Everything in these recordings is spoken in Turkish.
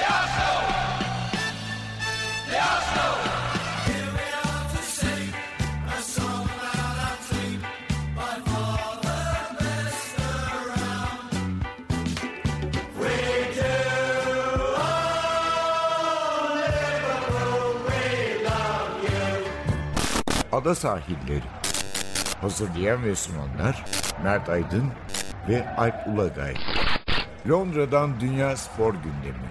Ada Sahilleri. Hazırlayan ve sunanlar Mert Aydın ve Alp Ulagay. Londra'dan Dünya Spor Gündemi.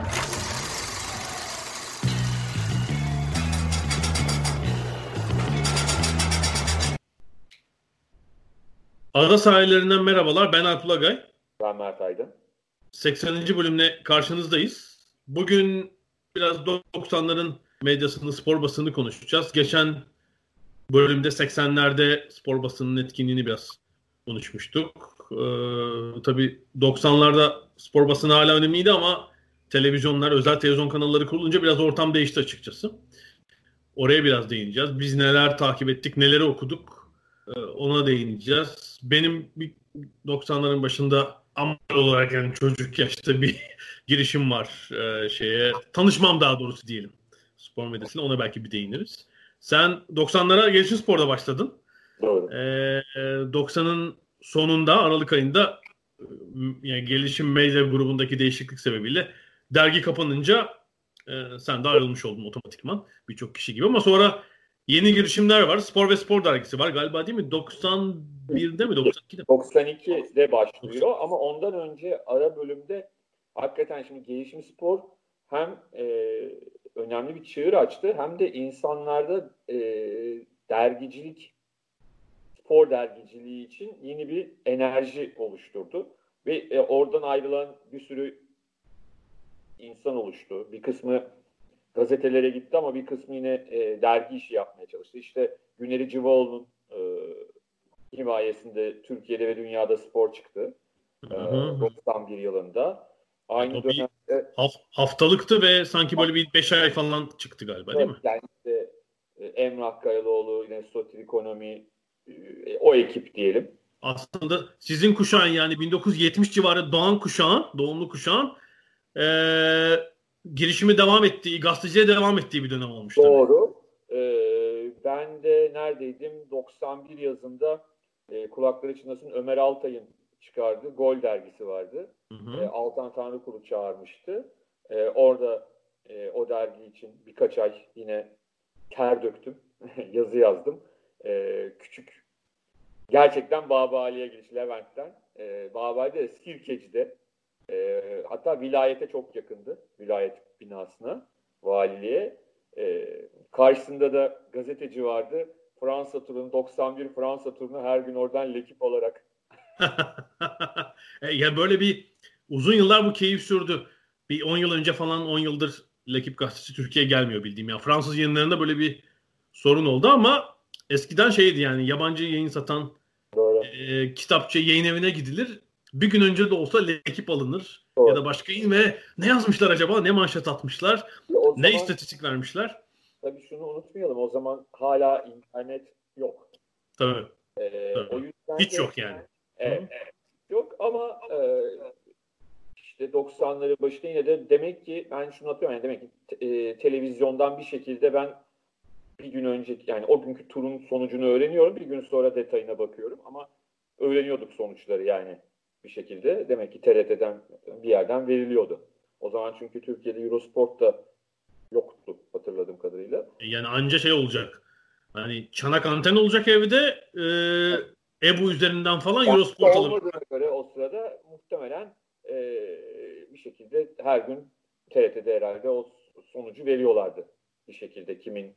Ada sahillerinden merhabalar. Ben Alp Ulagay. Ben Mert Aydın. 80. bölümle karşınızdayız. Bugün biraz 90'ların medyasını, spor basını konuşacağız. Geçen bölümde 80'lerde spor basının etkinliğini biraz konuşmuştuk. Tabii 90'larda spor basını hala önemliydi ama televizyonlar, özel televizyon kanalları kurulunca biraz ortam değişti açıkçası. Oraya biraz değineceğiz. Biz neler takip ettik, neleri okuduk, ona değineceğiz. Benim 90'ların başında amatör olarak, yani çocuk yaşta bir girişim var tanışmam daha doğrusu diyelim spor medyasıyla, ona belki bir değiniriz. Sen 90'lara Gelişim Spor'da başladın. Doğru. 90'ın sonunda, Aralık ayında yani Gelişim Medya grubundaki değişiklik sebebiyle dergi kapanınca sen de ayrılmış oldun otomatikman, birçok kişi gibi. Ama sonra yeni girişimler var. Spor ve Spor dergisi var galiba, değil mi? 91'de mi? 92'de mi? 92'de başlıyor ama ondan önce ara bölümde hakikaten şimdi Gelişim Spor hem önemli bir çığır açtı hem de insanlarda dergicilik, spor dergiciliği için yeni bir enerji oluşturdu. Ve oradan ayrılan bir sürü insan oluştu. Bir kısmı gazetelere gitti ama bir kısmı yine dergi işi yapmaya çalıştı. İşte Güneri Civaoğlu'nun himayesinde Türkiye'de ve dünyada spor çıktı. 91 yılında. Aynı dönemde haftalıktı ve sanki böyle bir 5 ay falan çıktı galiba, değil mi? Yani işte Emrah Kayalıoğlu, yine Sotil Ekonomi, o ekip diyelim. Aslında sizin kuşağın, yani 1970 civarı doğan kuşağın, doğumlu kuşağın girişimi devam ettiği, gazeteciliğe devam ettiği bir dönem olmuş. Doğru. Ben de neredeydim? 91 yazında kulakları çınlasın Ömer Altay'ın çıkardığı Gol dergisi vardı. Altan Tanrıkulu çağırmıştı. Orada o dergi için birkaç ay yine ter döktüm. Yazı yazdım. Küçük, gerçekten Babali'ye giriş Levent'ten. Babali'de de Sirkeci'de. Hatta vilayete çok yakındı. Vilayet binasına, valiliğe. Karşısında da gazeteci vardı. Fransa turunu, 91 Fransa turunu her gün oradan lekip olarak. Ya böyle bir uzun yıllar bu keyif sürdü. Bir 10 yıl önce falan, 10 yıldır Lekip gazetesi Türkiye'ye gelmiyor bildiğim. Ya Fransız yayınlarında böyle bir sorun oldu ama eskiden şeydi, yani yabancı yayın satan kitapçı yayın evine gidilir. Bir gün önce de olsa Lekip alınır. Doğru. Ya da başka yayın ve ne yazmışlar acaba? Ne manşet atmışlar? Ne istatistik vermişler? Tabii şunu unutmayalım. O zaman hala internet yok. Tabii. O yüzden hiç yok yani. Evet. Yok ama işte 90'ların başında yine de demek ki ben şunu atıyorum, yani demek ki televizyondan bir şekilde ben bir gün önce, yani o günkü turun sonucunu öğreniyorum. Bir gün sonra detayına bakıyorum ama öğreniyorduk sonuçları yani bir şekilde. Demek ki TRT'den bir yerden veriliyordu. O zaman çünkü Türkiye'de Eurosport'ta yoktu hatırladığım kadarıyla. Yani anca şey olacak. Hani çanak anten olacak evde. Ebu üzerinden falan yani Eurosport alır. Olmadığına göre o sırada muhtemelen bir şekilde her gün TRT'de herhalde o sonucu veriyorlardı. Bir şekilde kimin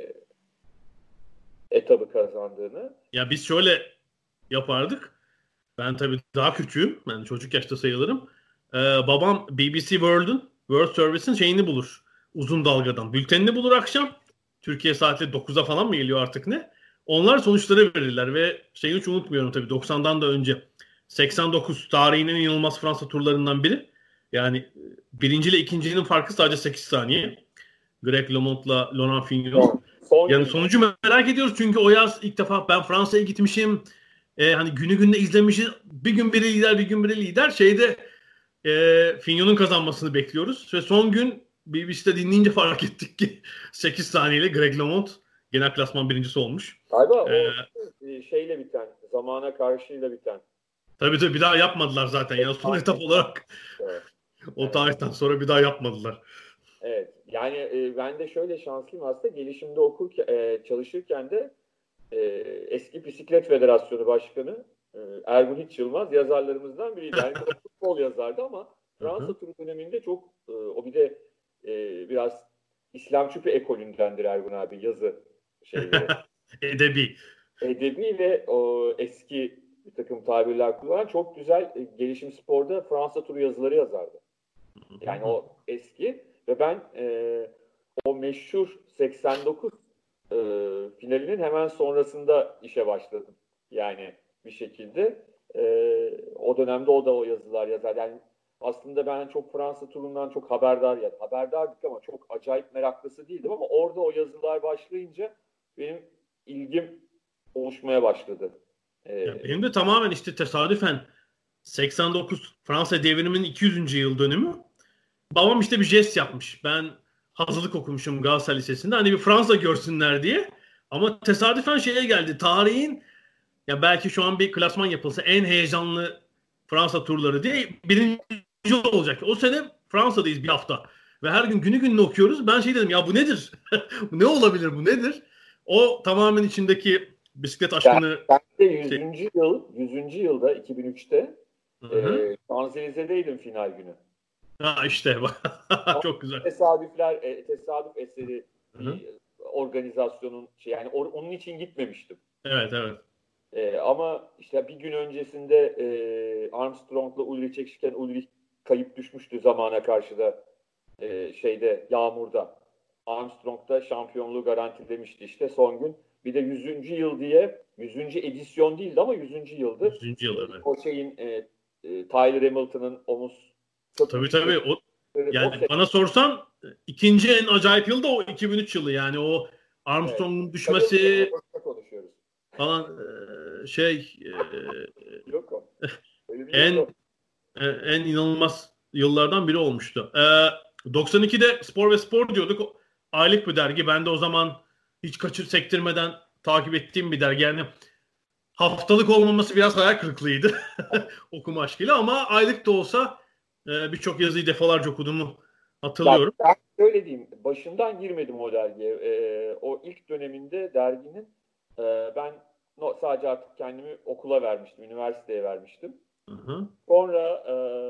etabı kazandığını. Ya biz şöyle yapardık. Ben tabii daha küçüğüm. Ben çocuk yaşta sayılırım. Babam BBC World Service'in şeyini bulur. Uzun dalgadan. Bültenini bulur akşam. Türkiye saati 9'a falan mı geliyor artık ne? Onlar sonuçları verirler ve şeyi hiç unutmuyorum tabii, 90'dan da önce. 89 tarihinin inanılmaz Fransa turlarından biri. Yani birinci ile ikincinin farkı sadece 8 saniye. Greg LeMond'la Laurent Fignon. Yani sonucu merak ediyoruz çünkü o yaz ilk defa ben Fransa'ya gitmişim. Hani günü gününe izlemişiz. Bir gün biri lider, bir gün biri lider. Şeyde Fignon'un kazanmasını bekliyoruz. Ve son gün BBC'de dinleyince fark ettik ki 8 saniyeyle Greg LeMond genel klasman birincisi olmuş. Galiba o şeyle biten, zamana karşıyla biten. Tabii bir daha yapmadılar zaten. Yani son etap olarak Evet. o tarihten sonra bir daha yapmadılar. Evet. Yani ben de şöyle şanslıyım aslında. Gelişimde çalışırken de eski Bisiklet Federasyonu Başkanı Ergun Hiç Yılmaz yazarlarımızdan biriydi. Yani futbol yazardı ama Fransa turu döneminde çok o bir de biraz İslam Çupi ekolündendir Ergun abi yazı şeyleri. Edebi ve o eski bir takım tabirler kullanan çok güzel gelişim sporda Fransa turu yazıları yazardı. Yani o eski ve ben o meşhur 89 finalinin hemen sonrasında işe başladım. Yani bir şekilde o dönemde o da o yazılar yazar. Yani aslında ben çok Fransa turundan çok haberdardık ama çok acayip meraklısı değildim ama orada o yazılar başlayınca benim ilgim oluşmaya başladı. Benim de tamamen işte tesadüfen 89 Fransa devriminin 200. yıl dönümü. Babam işte bir jest yapmış. Ben hazırlık okumuşum Galatasaray Lisesi'nde. Hani bir Fransa görsünler diye. Ama tesadüfen şeye geldi. Tarihin ya belki şu an bir klasman yapılsa en heyecanlı Fransa turları diye birinci olacak. O sene Fransa'dayız bir hafta. Ve her gün günü gününe okuyoruz. Ben şey dedim ya bu nedir? Ne olabilir bu nedir? O tamamen içindeki bisiklet aşkını... Ben de 100. yılda 2003'te Şanzelize'deydim final günü. Ha işte çok güzel. Tesadüf eseri bir organizasyonun yani onun için gitmemiştim. Evet. Ama işte bir gün öncesinde Armstrong'la Ulrich çekişken Ulrich kayıp düşmüştü zamana karşı da yağmurda. Armstrong da şampiyonluğu garantilemişti işte son gün. Bir de 100. yıl diye 100. edisyon değildi ama 100. yıldı. 100. yıl evet. O Tyler Hamilton'ın omuz Tabii. Yani bana sorsan ikinci en acayip yıl da o 2003 yılı. Yani o Armstrong'un düşmesi falan yok o. en inanılmaz yıllardan biri olmuştu. 92'de Spor ve Spor diyorduk. Aylık bir dergi. Ben de o zaman hiç sektirmeden takip ettiğim bir dergi. Yani haftalık olmaması biraz hayal kırıklığıydı okuma aşkıyla ama aylık da olsa birçok yazıyı defalarca okuduğumu hatırlıyorum. Ben şöyle diyeyim, başından girmedim o dergiye. O ilk döneminde derginin ben sadece artık kendimi okula vermiştim, üniversiteye vermiştim. Hı. Sonra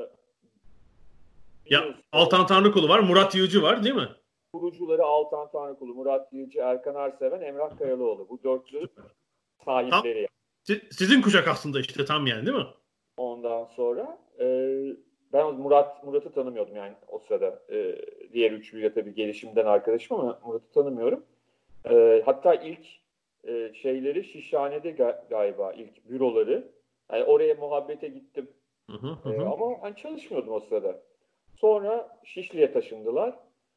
Altan Tanrıkulu var, Murat Yığcı var değil mi? Kurucuları Altan Tanrıkulu, Murat Yığcı, Erkan Arseven, Emrah Kayalıoğlu. Bu dörtlü sahipleri. Sizin kuşak aslında işte tam yani değil mi? Ondan sonra ben Murat'ı tanımıyordum yani o sırada. Diğer üçlüyle tabii gelişimden arkadaşım ama Murat'ı tanımıyorum. Hatta ilk şeyleri Şişhane'de galiba ilk büroları. Yani oraya muhabbete gittim. Ama ben çalışmıyordum o sırada. Sonra Şişli'ye taşındılar.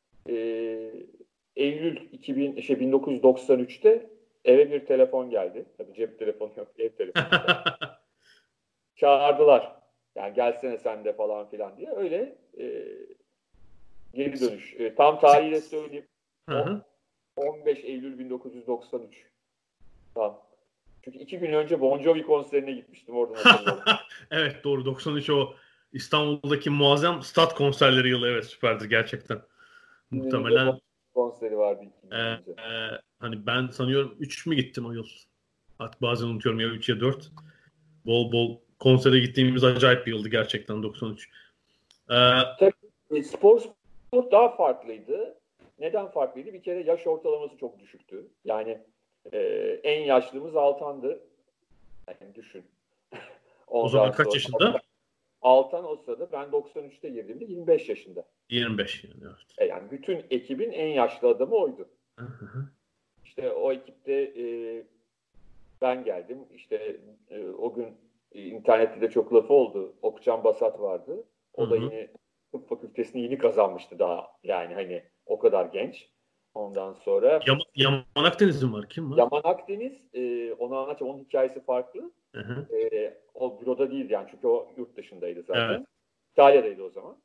Eylül 1993'te eve bir telefon geldi. Tabii cep telefonu yok, ev telefonu. Çağırdılar. Yani gelsene sen de falan filan diye. Öyle geri dönüş. Tam tarihiyle söyleyeyim. 15 Eylül 1993. Tamam. Çünkü 2 gün önce Bon Jovi konserine gitmiştim oradan hatırlıyorum. Evet doğru 93 o İstanbul'daki muazzam stat konserleri yılı evet süperdir gerçekten. Muhtemelen konseri vardı 2 gün önce. Hani ben sanıyorum 3 mü gittim o yıl? Hatta bazen unutuyorum ya 3 ya 4. Bol konsere gittiğimiz acayip bir yıldı gerçekten 93. Tabii spor daha farklıydı. Neden farklıydı? Bir kere yaş ortalaması çok düşüktü. Yani en yaşlımız Altan'dı. Yani düşün. O zaman kaç yaşında? Altan o sırada ben 93'te girdiğimde 25 yaşında. 25 yani evet. Yani bütün ekibin en yaşlı adamı oydu. İşte o ekipte ben geldim. İşte o gün internette de çok lafı oldu. Okcan Basat vardı. O da yine tıp fakültesini yeni kazanmıştı daha. Yani hani o kadar genç. Ondan sonra Yaman Akdeniz'in var. Kim var? Yaman Akdeniz onu anlatacağım. Onun hikayesi farklı. O büroda değildi yani çünkü o yurt dışındaydı zaten. İtalya'daydı o zaman.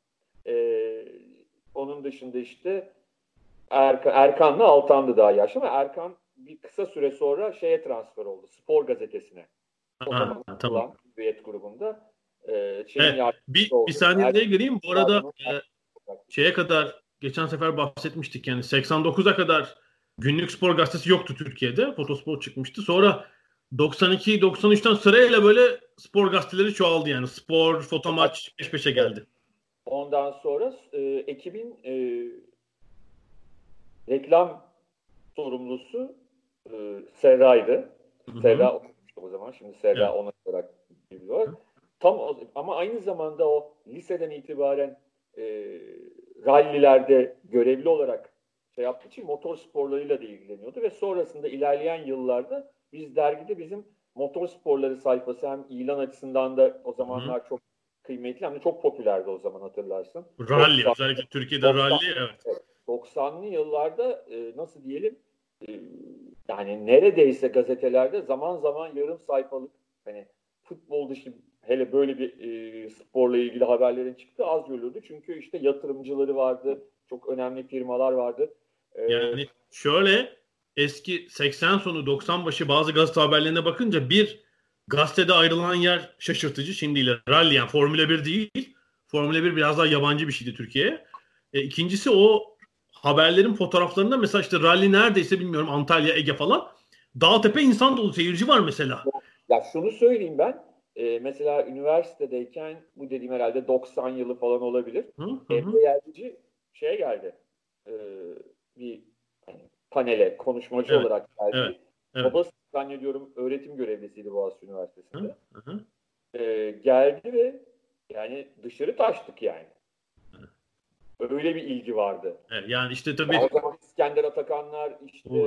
Onun dışında işte Erkan'la Altan'dı daha yaşlı ama Erkan bir kısa süre sonra şeye transfer oldu. Spor gazetesine. O zaman tamam. Hürriyet grubunda. Evet, bir saniyeye gireyim. Bu arada şeye kadar geçen sefer bahsetmiştik, yani 89'a kadar günlük spor gazetesi yoktu Türkiye'de. Fotospor çıkmıştı. Sonra 92-93'ten sırayla böyle spor gazeteleri çoğaldı yani. Spor, Fotomaç peş peşe geldi. Ondan sonra ekibin reklam sorumlusu Serra'ydı. Serra okumuştu o zaman. Şimdi Serra ona olarak biliyor. Ama aynı zamanda o liseden itibaren rallilerde görevli olarak şey yaptığı için motor sporlarıyla da ilgileniyordu ve sonrasında ilerleyen yıllarda biz dergide bizim motor sporları sayfası hem ilan açısından da o zamanlar çok kıymetli hem de çok popülerdi o zaman, hatırlarsın. Rally, özellikle Türkiye'de rally, evet. 90'lı yıllarda nasıl diyelim, yani neredeyse gazetelerde zaman zaman yarım sayfalık, hani futbol dışı hele böyle bir sporla ilgili haberlerin çıktığı az görülürdü. Çünkü işte yatırımcıları vardı, çok önemli firmalar vardı. Yani şöyle, eski 80 sonu 90 başı bazı gazete haberlerine bakınca bir gazetede ayrılan yer şaşırtıcı. Şimdiyle rally, yani Formula 1 değil. Formula 1 biraz daha yabancı bir şeydi Türkiye'ye. İkincisi, o haberlerin fotoğraflarında mesela işte rally neredeyse bilmiyorum, Antalya, Ege falan. Dağtepe insan dolu, seyirci var mesela. Ya şunu söyleyeyim ben. Mesela üniversitedeyken, bu dediğim herhalde 90 yılı falan olabilir. Emre Yeldici şeye geldi. Bir panele konuşmacı olarak geldi. Evet. Babası zannediyorum öğretim görevlisiydi Boğaziçi Üniversitesi'nde. Geldi ve yani dışarı taştık yani. Öyle bir ilgi vardı. Evet, yani işte tabii. Ya o zaman İskender Atakanlar, işte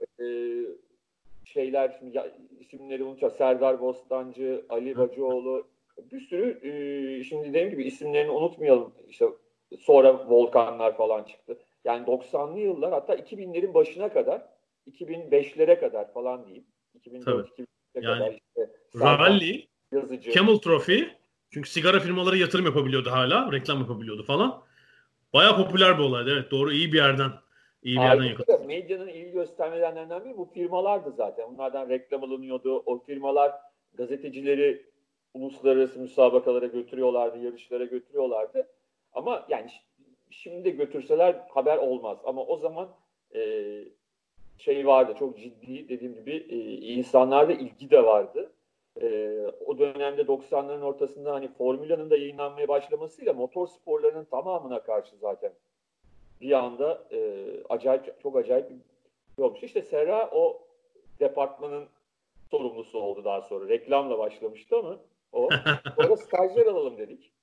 şeyler, şimdi isimleri unutacağım. Serdar Bostancı, Ali Bacıoğlu, bir sürü şimdi dediğim gibi isimlerini unutmayalım. İşte sonra Volkanlar falan çıktı. Yani 90'lı yıllar, hatta 2000'lerin başına kadar, 2005'lere kadar falan diyeyim. 2004-2005'e yani kadar işte Rally, yazıcı, Camel Trophy, çünkü sigara firmaları yatırım yapabiliyordu hala. Reklam yapabiliyordu falan. Bayağı popüler bir olaydı. Evet, doğru, iyi bir yerden yakaladı. Medyanın ilgi göstermelerinden biri bu firmalardı zaten. Onlardan reklam alınıyordu. O firmalar gazetecileri uluslararası müsabakalara götürüyorlardı, yarışlara götürüyorlardı. Ama yani şimdi de götürseler haber olmaz. Ama o zaman şey vardı, çok ciddi, dediğim gibi insanlarda ilgi de vardı. O dönemde 90'ların ortasında hani Formula'nın da yayınlanmaya başlamasıyla motor sporlarının tamamına karşı zaten bir anda çok acayip bir şey olmuş. İşte Serra o departmanın sorumlusu oldu daha sonra. Reklamla başlamıştı ama o. Sonra stajyer alalım dedik.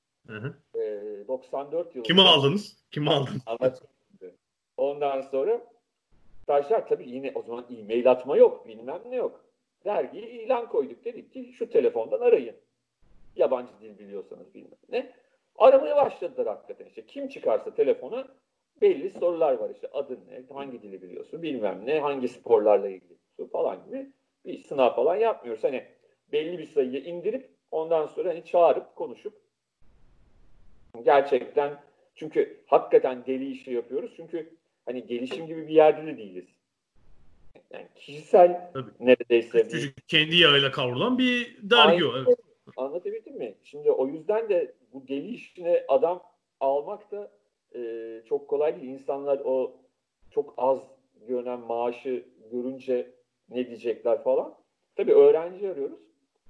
94 yılında. Kimi aldınız? Ondan sonra stajyer, tabii yine o zaman e-mail atma yok, bilmem ne yok. Dergiye ilan koyduk, dedik ki şu telefondan arayın. Yabancı dil biliyorsanız bilmem ne. Aramaya başladılar hakikaten. İşte kim çıkarsa telefona belli sorular var, işte adın ne, hangi dili biliyorsun, bilmem ne, hangi sporlarla ilgili falan gibi bir sınav falan yapmıyoruz. Hani belli bir sayıya indirip ondan sonra hani çağırıp konuşup gerçekten, çünkü hakikaten deli işi yapıyoruz. Çünkü hani gelişim gibi bir yerde de değiliz. Yani kişisel, tabii, neredeyse küçücük, kendi yağıyla kavrulan bir dergi o. Evet. Anlatabildim mi? Şimdi o yüzden de bu deli işine adam almak da çok kolay değil. İnsanlar o çok az görünen maaşı görünce ne diyecekler falan. Tabii öğrenci arıyoruz.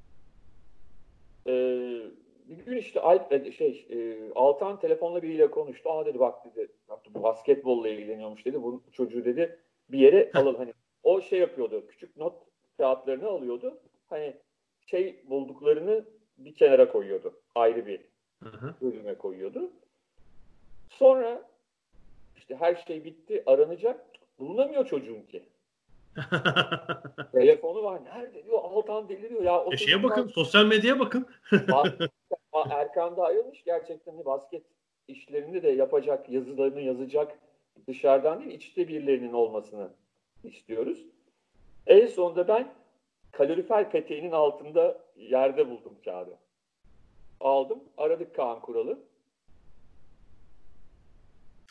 Bir gün işte Altan telefonla biriyle konuştu. Aa dedi, bak dedi, bu basketbolla ilgileniyormuş dedi. Bu çocuğu dedi bir yere alalım. Hani o şey yapıyordu. Küçük not kağıtlarını alıyordu. Hani şey bulduklarını bir kenara koyuyordu. Ayrı bir bölüme koyuyordu. Sonra işte her şey bitti, aranacak. Bulunamıyor çocuğun ki. Telefonu var. Nerede diyor. Altan deliriyor ya. Şeye bakın, sosyal medyaya bakın. Erkan da ayrılmış. Gerçekten basket işlerinde de yapacak, yazılarını yazacak, dışarıdan değil, içte birilerinin olmasını istiyoruz. En sonunda ben kalorifer peteğinin altında yerde buldum kağıdı. Aldım, aradık Kaan Kural'ı.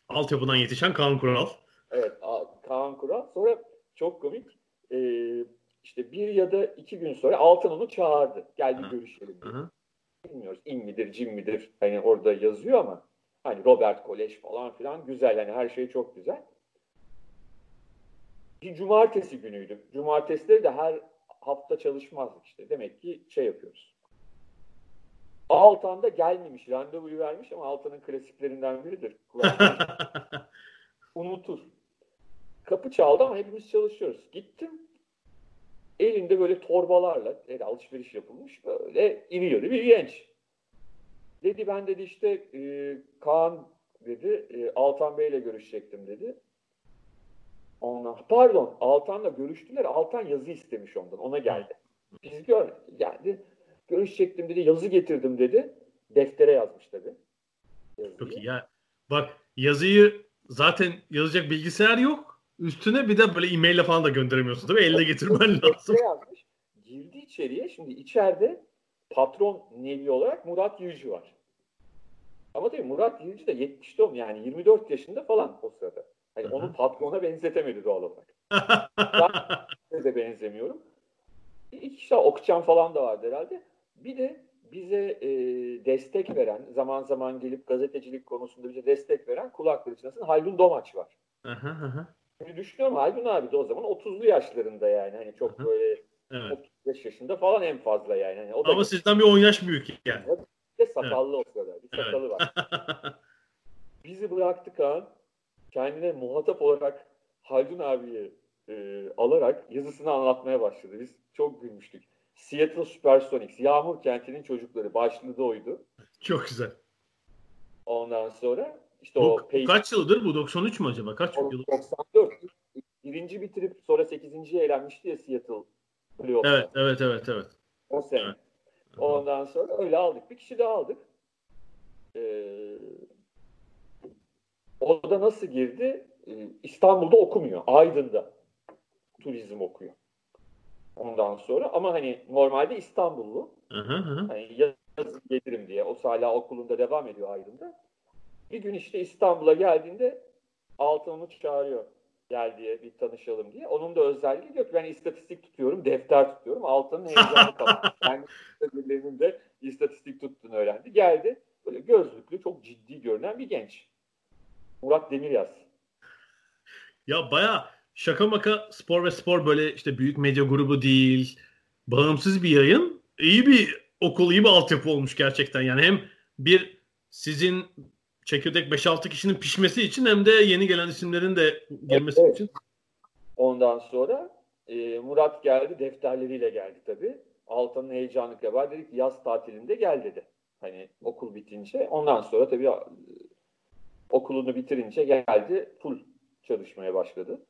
Altyapıdan yetişen Kaan Kural. Evet, Kaan Kural. Sonra çok komik. İşte 1 ya da 2 gün sonra Altan onu çağırdı. Gel bir görüşelim diye. Bilmiyoruz in midir cin midir hani orada yazıyor ama hani Robert Kolej falan filan güzel, hani her şey çok güzel. Bir cumartesi günüydü. Cumartesileri de her hafta çalışmazdık işte. Demek ki şey yapıyoruz. Altan da gelmemiş. Randevuyu vermiş ama Altan'ın klasiklerinden biridir. Unutur. Kapı çaldı ama hepimiz çalışıyoruz. Gittim. Elinde böyle torbalarla alışveriş yapılmış böyle iri yarı bir genç. Dedi ben dedi işte Kaan dedi Altan Bey'le görüşecektim dedi. Pardon Altan'la görüştüler. Altan yazı istemiş ondan. Ona geldi. Biz geldi. Görüşecektim dedi. Yazı getirdim dedi. Deftere yazmış tabii. Çok iyi ya. Bak yazıyı zaten yazacak bilgisayar yok. Üstüne bir de böyle e-maille falan da gönderemiyorsun değil mi? Elle getirmen lazım. Yazmış. Girdi içeriye. Şimdi içeride patron nevi olarak Murat Yığcı var. Ama tabii Murat Yığcı da 70'te yani 24 yaşında falan o sırada. Hani onu patrona benzetemedi doğal olarak. Ben de benzemiyorum. İşte Okçan falan da vardı herhalde. Bir de bize destek veren, zaman zaman gelip gazetecilik konusunda bize destek veren kulakları çınlasın Haldun Domaç var. Şimdi düşünüyorum Haldun abi de o zaman 30'lu yaşlarında yani. Hani çok böyle 35 yaşında falan en fazla yani. Hani o da ama sizden bir 10 yaş büyük yani. Bir de sakallı o sırada. Bir sakalı var. Bizi bıraktı Kaan. Kendine muhatap olarak Haldun abiyi alarak yazısını anlatmaya başladı. Biz çok gülmüştük. Seattle Supersonics, Yağmur Kenti'nin çocukları. Başlığı da oydu. Çok güzel. Ondan sonra işte bu kaç yıldır bu? 93 mü acaba? Kaç yıl? 94. Birinci bitirip sonra 8.'ye elenmişti ya Seattle playoff'ta. Evet. O sene. Evet. Ondan sonra öyle aldık. Bir kişi daha aldık. O da nasıl girdi? İstanbul'da okumuyor. Aydın'da turizm okuyor. Ondan sonra ama hani normalde İstanbullu. Hani yazın gelirim diye. O hala okulunda devam ediyor Aydın'da. Bir gün işte İstanbul'a geldiğinde Altan onu çağırıyor. Gel diye bir tanışalım diye. Onun da özelliği diyor ki ben istatistik tutuyorum, defter tutuyorum. Altan'ın heyecanı kapattı. Yani birilerinin de istatistik tuttuğunu öğrendi. Geldi. Böyle gözlüklü, çok ciddi görünen bir genç. Murat Demiryaz. Ya baya şaka maka Spor ve Spor böyle işte büyük medya grubu değil. Bağımsız bir yayın. İyi bir okul, iyi bir altyapı olmuş gerçekten. Yani hem bir sizin çekirdek 5-6 kişinin pişmesi için hem de yeni gelen isimlerin de girmesi için. Ondan sonra Murat geldi. Defterleriyle geldi tabii. Altan'ın heyecanı var. Dedik yaz tatilinde gel dedi. Hani okul bitince. Ondan sonra tabii okulunu bitirince geldi. Full çalışmaya başladı.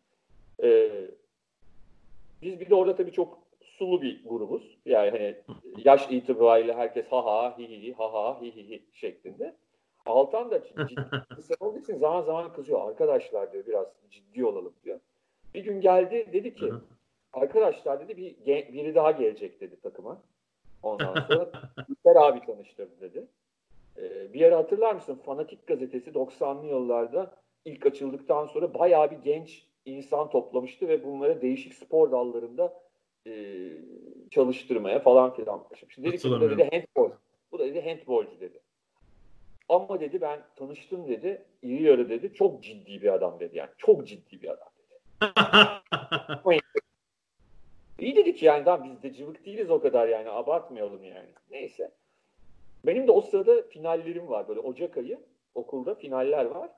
Biz bir de orada tabii çok sulu bir grubuz. Yani hani yaş itibariyle herkes ha ha hi hi ha ha hi hi şeklinde. Altan da ciddi olduğu için zaman zaman kızıyor. Arkadaşlar diyor biraz ciddi olalım diyor. Bir gün geldi dedi ki arkadaşlar dedi biri daha gelecek dedi takıma. Ondan sonra İlker abi tanıştırdı dedi. Bir yere hatırlar mısın? Fanatik gazetesi 90'lı yıllarda ilk açıldıktan sonra bayağı bir genç insan toplamıştı ve bunlara değişik spor dallarında çalıştırmaya falan filan başlamış. Şimdi dedi ki bu da dedi handball. Bu da dedi handballcu dedi. Ama dedi ben tanıştım dedi. İri yarı dedi. Çok ciddi bir adam dedi. Yani çok ciddi bir adam dedi. İyi dedik yani tamam biz de cıvık değiliz o kadar yani abartmayalım yani. Neyse. Benim de o sırada finallerim var böyle Ocak ayı okulda finaller var.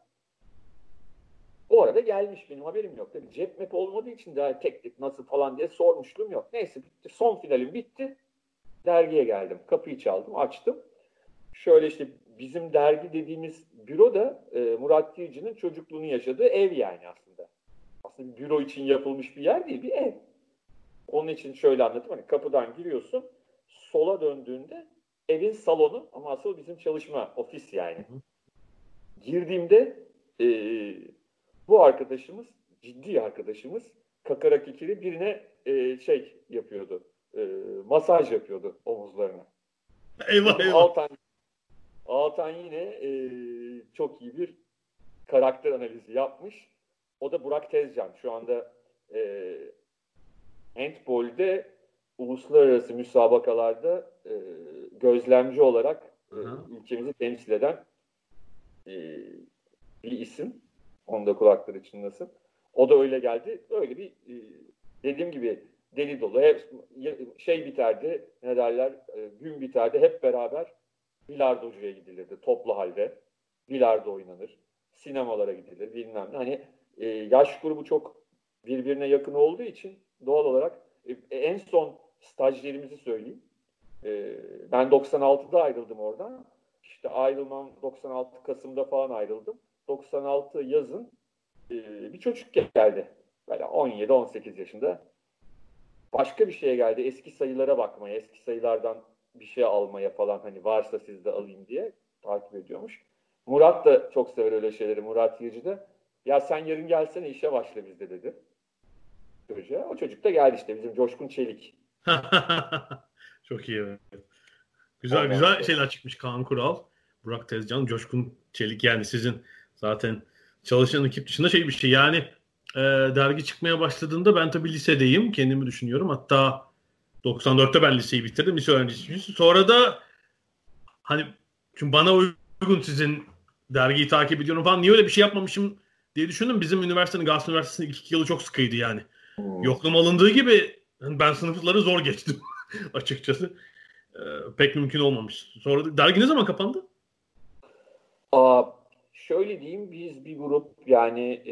O arada gelmiş benim haberim yok. Tabii cep map olmadığı için daha tek nasıl falan diye sormuşluğum yok. Neyse bitti. Son finalim bitti. Dergiye geldim. Kapıyı çaldım. Açtım. Şöyle işte bizim dergi dediğimiz büro da Murat Yığcı'nın çocukluğunu yaşadığı ev yani aslında. Aslında bir büro için yapılmış bir yer değil bir ev. Onun için şöyle anlatayım. Hani kapıdan giriyorsun. Sola döndüğünde evin salonu ama asıl bizim çalışma ofis yani. Girdiğimde bu arkadaşımız ciddi arkadaşımız kakarak ikili birine şey yapıyordu. Masaj yapıyordu omuzlarına. Eyvah eyvah. Altan yine çok iyi bir karakter analizi yapmış. O da Burak Tezcan. Şu anda handbolde uluslararası müsabakalarda gözlemci olarak ülkemizi temsil eden bir isim. Onda kulakları çınlasın. O da öyle geldi. Öyle bir dediğim gibi deli dolu. Hep şey biterdi, ne derler, gün biterdi. Hep beraber bilardocuya gidilirdi toplu halde. Bilardo oynanır. Sinemalara gidilir bilmem ne. Hani yaş grubu çok birbirine yakın olduğu için doğal olarak en son stajyerimizi söyleyeyim. Ben 96'da ayrıldım oradan. İşte ayrılmam 96 Kasım'da falan ayrıldım. 96 yazın bir çocuk geldi. Böyle 17-18 yaşında. Başka bir şeye geldi. Eski sayılara bakmaya, eski sayılardan bir şey almaya falan, hani varsa sizde alayım diye takip ediyormuş. Murat da çok sever öyle şeyleri. Murat Yırcı da. Ya sen yarın gelsene işe başla bizde dedi. Çocuğa. O çocuk da geldi işte, bizim Coşkun Çelik. Çok iyi. Evet. Güzel şeyler çıkmış. Kaan Kural, Burak Tezcan, Coşkun Çelik. Yani sizin zaten çalışan ekip dışında bir şey. Yani dergi çıkmaya başladığında ben tabii lisedeyim. Kendimi düşünüyorum. Hatta 94'te ben liseyi bitirdim. Lise öğrencisiyim. Sonra da hani çünkü bana uygun sizin dergiyi takip ediyorum falan. Niye öyle bir şey yapmamışım diye düşündüm. Bizim üniversitenin, Galatasaray Üniversitesi'nin ilk 2 yılı çok sıkıydı yani. Yoklama alındığı gibi ben sınıfları zor geçtim açıkçası. Pek mümkün olmamış. Sonra dergi ne zaman kapandı? Şöyle diyeyim, biz bir grup yani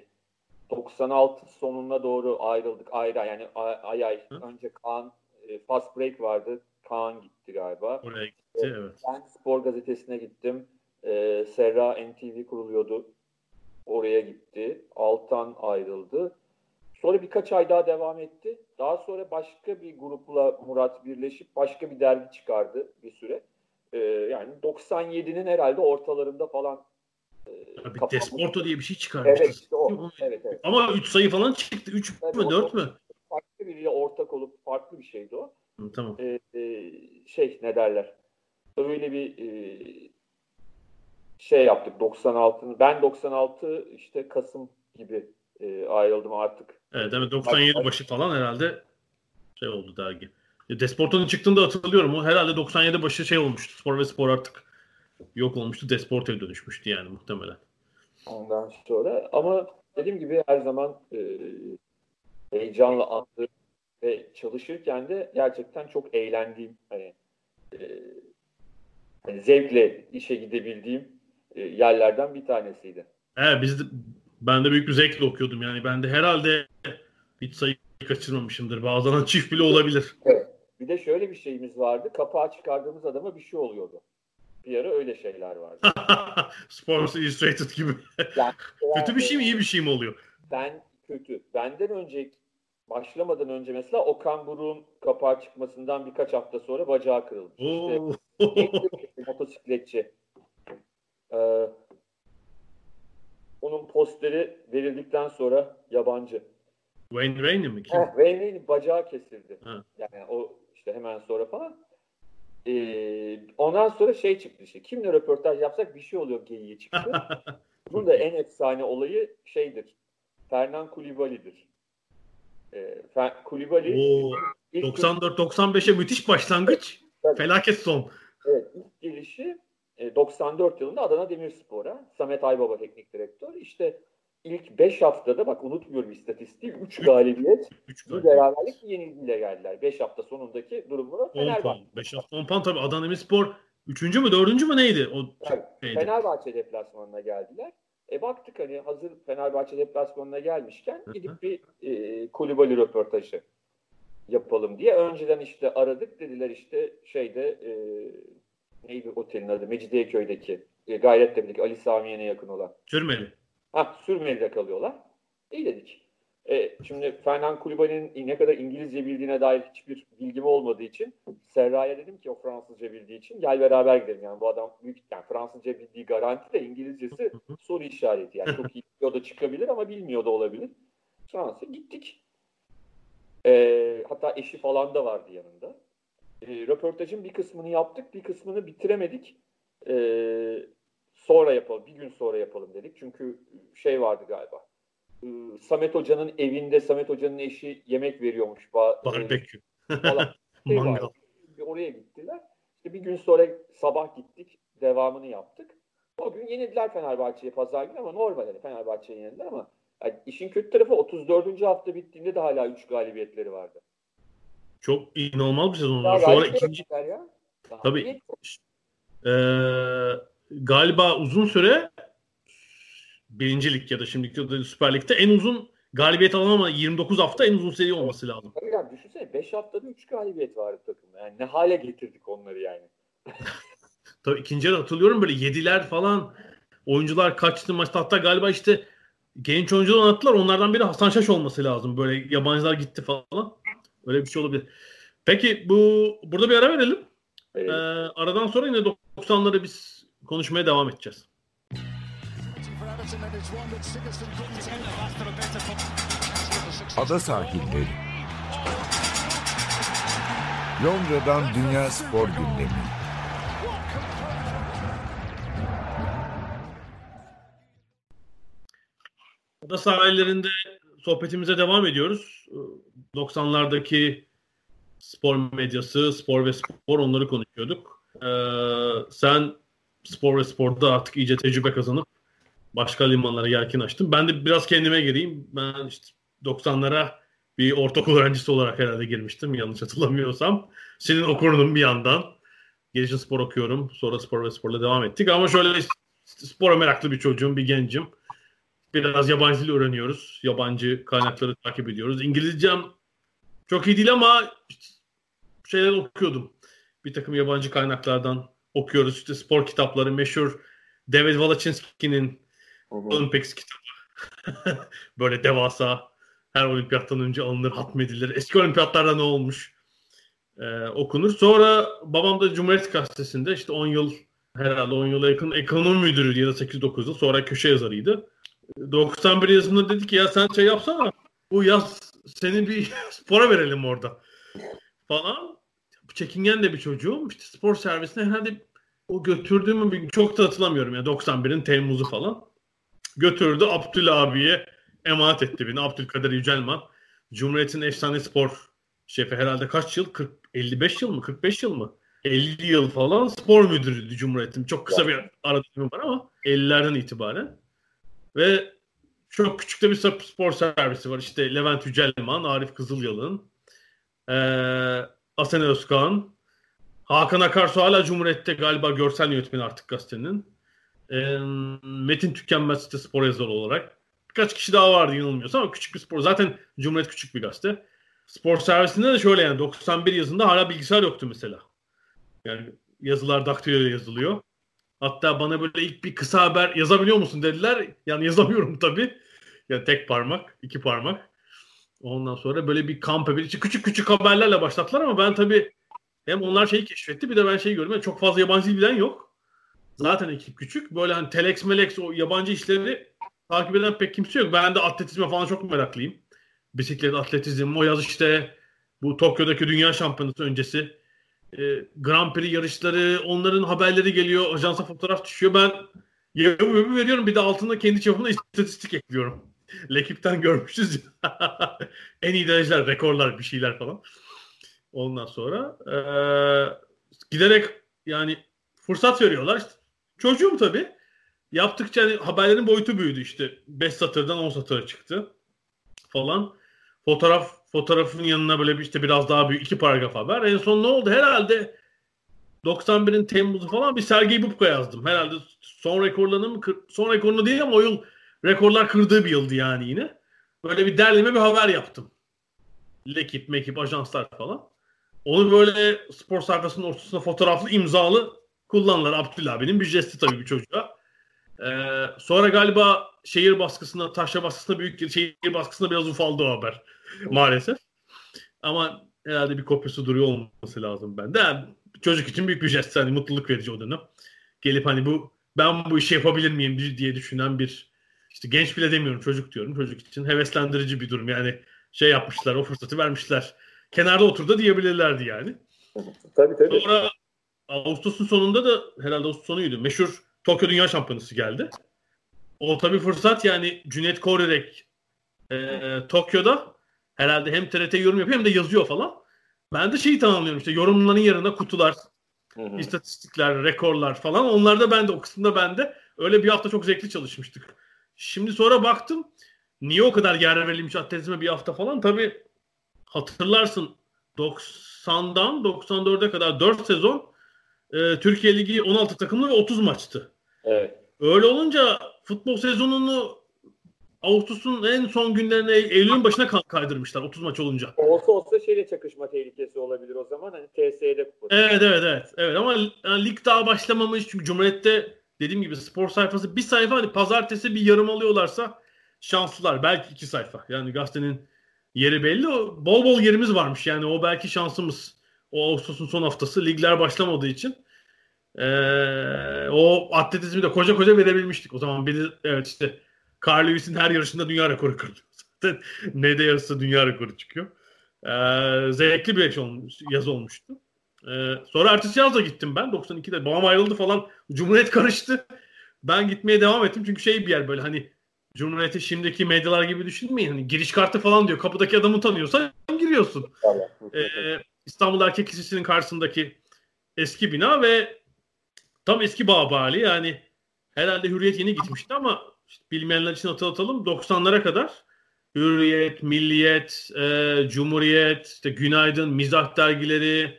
96 sonuna doğru ayrıldık. Yani ay. Önce Kaan, Fast Break vardı. Kaan gitti galiba. Oraya gitti, evet. Ben Spor Gazetesi'ne gittim. Serra NTV kuruluyordu. Oraya gitti. Altan ayrıldı. Sonra birkaç ay daha devam etti. Daha sonra başka bir grupla Murat birleşip başka bir dergi çıkardı bir süre. Yani 97'nin herhalde ortalarında falan Tabii Desporto diye bir şey çıkarmıştı. Evet, işte o. Evet. Ama 3 sayı falan çıktı. 3 mü 4 mü? Farklı biriyle ortak olup farklı bir şeydi o. Tamam. Ne derler? Öyle bir şey yaptık 96'ın. Ben 96 işte Kasım gibi ayrıldım artık. Evet, 97 başı falan herhalde oldu dergi. Desporto'nun çıktığında hatırlıyorum. O herhalde 97 başı olmuştu. Spor ve Spor artık yok olmuştu. Desporto'ya dönüşmüştü yani muhtemelen. Ondan sonra ama dediğim gibi her zaman heyecanla anladığım ve çalışırken de gerçekten çok eğlendiğim, hani zevkle işe gidebildiğim yerlerden bir tanesiydi. Evet, ben de büyük bir zevkle okuyordum yani. Ben de herhalde hiç sayı kaçırmamışımdır. Bazen çift bile olabilir. Evet. Bir de şöyle bir şeyimiz vardı. Kapağı çıkardığımız adama bir şey oluyordu. Bir ara öyle şeyler vardı. Sports Illustrated gibi. Yani, kötü bir şey mi, iyi bir şey mi oluyor? Kötü. Benden önce, başlamadan önce mesela Okan Buruk'un kapağı çıkmasından birkaç hafta sonra bacağı kırılmış. İşte motosikletçi. Onun posteri verildikten sonra yabancı. Wayne Rainey mi? Kim? Wayne Rainey bacağı kesildi. Ha. Yani o işte hemen sonra falan. Ondan sonra çıktı işte. Kimle röportaj yapsak bir şey oluyor geyiği çıktı. Bunun da en efsane olayı Fernan Koulibaly'dir. Koulibaly 94-95'e müthiş başlangıç. Tabii. Felaket son. Evet, ilk gelişi 94 yılında Adana Demirspor'a. Samet Aybaba teknik direktör. İşte ilk 5 haftada, bak unutmuyorum istatistiği, 3 galibiyet, bir beraberlik, bir yenilgiyle geldiler. 5 hafta sonundaki durumuna Fenerbahçe. 5 hafta 10 puan tabii. Adana Demirspor 3. mü 4. mü neydi? Fenerbahçe deplasmanına geldiler. Baktık hani hazır Fenerbahçe deplasmanına gelmişken gidip bir Koulibaly röportajı yapalım diye. Önceden işte aradık, dediler işte neydi otelin adı? Mecidiyeköy'deki Gayrettepe'deki Ali Samiye'ne yakın olan. Sürmeli. Sürmeli'de kalıyorlar. İyi dedik. Şimdi Fernan Koulibaly'nin ne kadar İngilizce bildiğine dair hiçbir bilgim olmadığı için Serra'ya dedim ki, o Fransızca bildiği için, gel beraber gidelim. Yani bu adam büyük, yani Fransızca bildiği garanti de İngilizcesi soru işareti. Yani çok iyi biliyor da çıkabilir ama bilmiyor da olabilir. Fransa gittik. Hatta eşi falan da vardı yanında. Röportajın bir kısmını yaptık, bir kısmını bitiremedik. sonra yapalım, bir gün sonra yapalım dedik. Çünkü şey vardı galiba. Samet Hoca'nın evinde Samet Hoca'nın eşi yemek veriyormuş. Barbekü. Falan. Mangal. Oraya gittiler. İşte bir gün sonra sabah gittik. Devamını yaptık. O gün yenildiler Fenerbahçe'ye pazar günü ama normal yani Fenerbahçe'ye yenildiler ama yani işin kötü tarafı 34. hafta bittiğinde de hala 3 galibiyetleri vardı. Çok inanılmaz bir sezon. Daha Sonra ikinci ya. tabii galiba uzun süre birincilik ya da şimdiki Süper Lig'de en uzun galibiyet alan ama 29 hafta en uzun seri olması lazım. Tabii yani düşünsene 5 haftada 3 galibiyet vardı takımda. Yani ne hale getirdik onları yani. Tabii ikinci yarı hatırlıyorum böyle yediler falan. Oyuncular kaçtı maçta. Hatta galiba işte genç oyuncular attılar. Onlardan biri Hasan Şaş olması lazım. Böyle yabancılar gitti falan. Öyle bir şey olabilir. Peki burada bir ara verelim. Aradan sonra yine 90'ları biz konuşmaya devam edeceğiz. Ada sahilleri. Londra'dan Dünya Spor Gündemi. Ada sahillerinde sohbetimize devam ediyoruz. 90'lardaki spor medyası, spor ve spor onları konuşuyorduk. Sen spor ve sporda artık iyice tecrübe kazanıp başka limanlara yelken açtın. Ben de biraz kendime gireyim. Ben işte 90'lara bir ortaokul öğrencisi olarak herhalde girmiştim. Yanlış hatırlamıyorsam. Senin okurunun bir yandan. Gelişim spor okuyorum. Sonra spor ve sporla devam ettik. Ama şöyle spora meraklı bir çocuğum, bir gencim. Biraz yabancı dil öğreniyoruz. Yabancı kaynakları takip ediyoruz. İngilizcem çok iyi değil ama şeyler okuyordum. Bir takım yabancı kaynaklardan okuyoruz. İşte spor kitapları, meşhur David Walachinski'nin Olympics kitabı. Böyle devasa, her olimpiyattan önce alınır, hatmedilir. Eski olimpiyatlarda ne olmuş okunur. Sonra babam da Cumhuriyet Gazetesi'nde işte 10 yıl, herhalde 10 yıla yakın ekonomi müdürüydü ya da 8-9 yıl. Sonra köşe yazarıydı. 91 yazımında dedi ki ya sen şey yapsana, bu yaz seni bir spora verelim orada falan. Çekingen de bir çocuğum. İşte spor servisine herhalde o götürdüğümü çok da hatırlamıyorum. Yani 91'in Temmuz'u falan. Götürdü Abdül abiye emanet etti beni. Abdülkadir Yücelman. Cumhuriyet'in efsane spor şefi herhalde kaç yıl? 55 yıl mı? 45 yıl mı? 50 yıl falan spor müdürüydü Cumhuriyet'in. Çok kısa bir aradığım var ama 50'lerden itibaren. Ve çok küçük de bir spor servisi var. İşte Levent Yücelman, Arif Kızılyalın, Asena Özkan, Hakan Akarsu hala Cumhuriyet'te galiba görsel yönetmeni artık gazetenin. Metin Tükenmez işte spor yazarı olarak. Birkaç kişi daha vardı yanılmıyorsam ama küçük bir spor. Zaten Cumhuriyet küçük bir gazete. Spor servisinde de şöyle yani 91 yazında hala bilgisayar yoktu mesela. Yani yazılar daktiloyla yazılıyor. Hatta bana böyle ilk bir kısa haber yazabiliyor musun dediler. Yani yazamıyorum tabii. Yani tek parmak, 2 parmak. Ondan sonra böyle bir kamp haberi. Küçük küçük haberlerle başlattılar ama ben tabii hem onlar şeyi keşfetti bir de ben şeyi gördüm. Yani çok fazla yabancı dil bilen yok. Zaten ekip küçük. Böyle hani telex melex o yabancı işleri takip eden pek kimse yok. Ben de atletizme falan çok meraklıyım. Bisiklet, atletizm, o yaz işte bu Tokyo'daki dünya şampiyonası öncesi Grand Prix yarışları, onların haberleri geliyor. Ajansa fotoğraf düşüyor. Ben yapı veriyorum. Bir de altında kendi çapımda istatistik ekliyorum. Lekip'ten görmüşüz. En iyi dereceler, rekorlar, bir şeyler falan. Ondan sonra giderek yani fırsat veriyorlar. İşte, çocuğum tabii. Yaptıkça hani haberlerin boyutu büyüdü işte. 5 satırdan 10 satıra çıktı falan. Fotoğrafın yanına böyle işte biraz daha büyük 2 paragraf haber. En son ne oldu? Herhalde 91'in Temmuz'u falan bir Sergey Bubka yazdım. Herhalde son rekorunu değil ama o yıl rekorlar kırdığı bir yıldı yani yine. Böyle bir derleme bir haber yaptım. Lekip, mekip, ajanslar falan. Onu böyle spor sayfasının ortasına fotoğraflı imzalı kullanırlar. Abdullah abinin bir jesti tabii bir çocuğa. Sonra galiba şehir baskısına, taşra baskısına şehir baskısına biraz ufaldı o haber. Maalesef. Ama herhalde bir kopyası duruyor olması lazım bende. Yani çocuk için büyük bir jest. Hani mutluluk verici o dönem. Gelip hani ben bu işi yapabilir miyim diye düşünen bir işte genç bile demiyorum çocuk diyorum. Çocuk için heveslendirici bir durum. Yani şey yapmışlar, o fırsatı vermişler. Kenarda otur da diyebilirlerdi yani. Tabii. Sonra Ağustos'un sonunda da herhalde Ağustos sonuydu. Meşhur Tokyo Dünya Şampiyonası geldi. O tabii fırsat, yani Cüneyt Korerek Tokyo'da herhalde hem TRT yorum yapıyor hem de yazıyor falan. Ben de şeyi tamamlıyorum, işte yorumların yanına kutular, istatistikler, rekorlar falan. Onlarda ben de, o kısımda ben de öyle bir hafta çok zevkli çalışmıştık. Şimdi sonra baktım niye o kadar yer verilmiş atletizme bir hafta falan. Tabii hatırlarsın 90'dan 94'e kadar 4 sezon Türkiye Ligi 16 takımlı ve 30 maçtı. Evet. Öyle olunca futbol sezonunu Ağustos'un en son günlerine, Eylül'ün başına kaydırmışlar 30 maç olunca. Olsa şeyle çakışma tehlikesi olabilir o zaman. Hani TSE'de kupası. Evet ama yani lig daha başlamamış. Çünkü Cumhuriyet'te dediğim gibi spor sayfası bir sayfa, hani pazartesi bir yarım alıyorlarsa şanslılar. Belki 2 sayfa. Yani gazetenin yeri belli. Bol bol yerimiz varmış. Yani o belki şansımız. O Ağustos'un son haftası ligler başlamadığı için. O atletizmi de koca verebilmiştik. O zaman evet işte Carl Lewis'in her yarışında dünya rekoru kırılıyor. Zaten ND yarısı dünya rekoru çıkıyor. Zevkli bir yaz olmuştu. Sonra ertesi yazda gittim ben. 92'de babam ayrıldı falan. Cumhuriyet karıştı. Ben gitmeye devam ettim. Çünkü bir yer böyle, hani Cumhuriyet'i şimdiki medyalar gibi düşünmeyin. Hani giriş kartı falan diyor. Kapıdaki adamı tanıyorsan giriyorsun. İstanbul Erkek Lisesi'nin karşısındaki eski bina ve tam eski Bağbali, yani herhalde Hürriyet yeni gitmişti ama işte bilmeyenler için hatırlatalım. 90'lara kadar Hürriyet, Milliyet, Cumhuriyet, işte Günaydın, Mizah dergileri,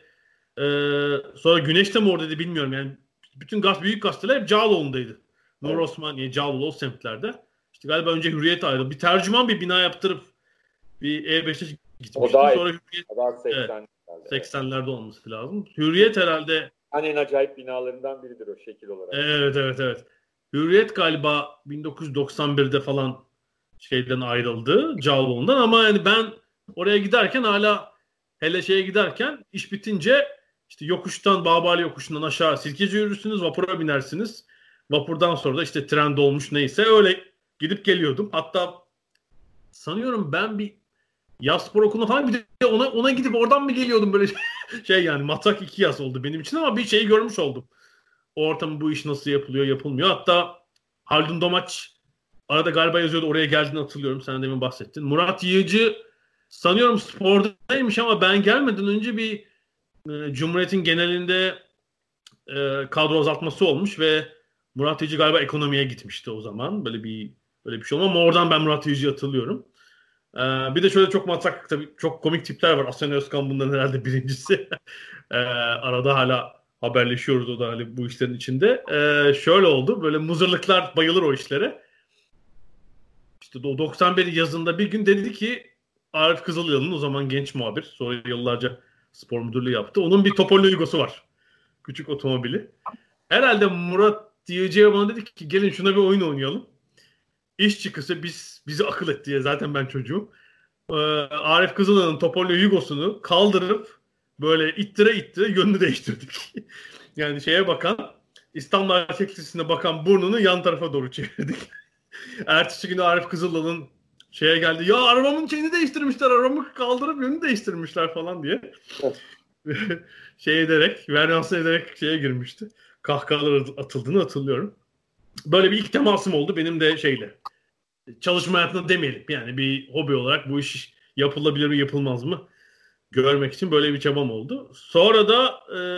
sonra Güneş de mi oradaydı bilmiyorum. Yani bütün büyük gazeteler hep Cağaloğlu'ndaydı. Nur Osmaniye, Cağaloğlu, o semtlerde. İşte galiba önce Hürriyet ayrıldı. Bir tercüman bir bina yaptırıp bir E5'e gitmişti. Sonra Hürriyet, 80'lerde olması lazım. Hürriyet herhalde en acayip binalarından biridir o şekil olarak. Evet. Hürriyet galiba 1991'de falan şeyden ayrıldı, Cağaloğlu'ndan, ama yani ben oraya giderken hala, hele şeye giderken iş bitince işte yokuştan, Bağbali yokuşundan aşağı Sirkeci yürürsünüz, vapura binersiniz. Vapurdan sonra da işte tren dolmuş neyse öyle gidip geliyordum. Hatta sanıyorum ben bir yaz spor okuluna falan, bir de ona gidip oradan mı geliyordum böyle yani matrak 2 yaz oldu benim için ama bir şeyi görmüş oldum. O ortamı, bu iş nasıl yapılıyor, yapılmıyor. Hatta Haldun Domaç arada galiba yazıyordu, oraya geldiğini hatırlıyorum. Sen demin bahsettin. Murat Yığcı sanıyorum spordaymış ama ben gelmeden önce bir Cumhuriyet'in genelinde kadro azaltması olmuş ve Murat Yığcı galiba ekonomiye gitmişti o zaman. Böyle bir şey olmadı ama oradan ben Murat Yığcı'yı hatırlıyorum. Bir de şöyle çok matrak, tabii çok komik tipler var. Aslan Özkan bunların herhalde birincisi. Arada hala haberleşiyoruz, o da hani bu işlerin içinde. Şöyle oldu. Böyle muzırlıklar bayılır o işlere. İşte o 91 yazında bir gün dedi ki, Arif Kızılyalın'ın, o zaman genç muhabir, sonra yıllarca spor müdürlüğü yaptı. Onun bir Topolino Yugo'su var. Küçük otomobili. Herhalde Murat Yığcı'ya bana dedi ki gelin şuna bir oyun oynayalım. İş çıkısı bizi akıl et diye, zaten ben çocuğum. Arif Kızılyalın'ın Topolino Yugo'sunu kaldırıp böyle ittire yönünü değiştirdik. Yani şeye bakan, İstanbul Erkek Lisesi'ne bakan burnunu yan tarafa doğru çevirdik. Ertesi günü Arif Kızılyalın şeye geldi. Ya arabamın şeyini değiştirmişler. Arabamı kaldırıp yönünü değiştirmişler falan diye. Veryansın ederek şeye girmişti. Kahkahalar atıldığını hatırlıyorum. Böyle bir ilk temasım oldu benim de şeyle. Çalışma hayatında demeyelim. Yani bir hobi olarak bu iş yapılabilir mi, yapılmaz mı görmek için böyle bir çabam oldu. Sonra da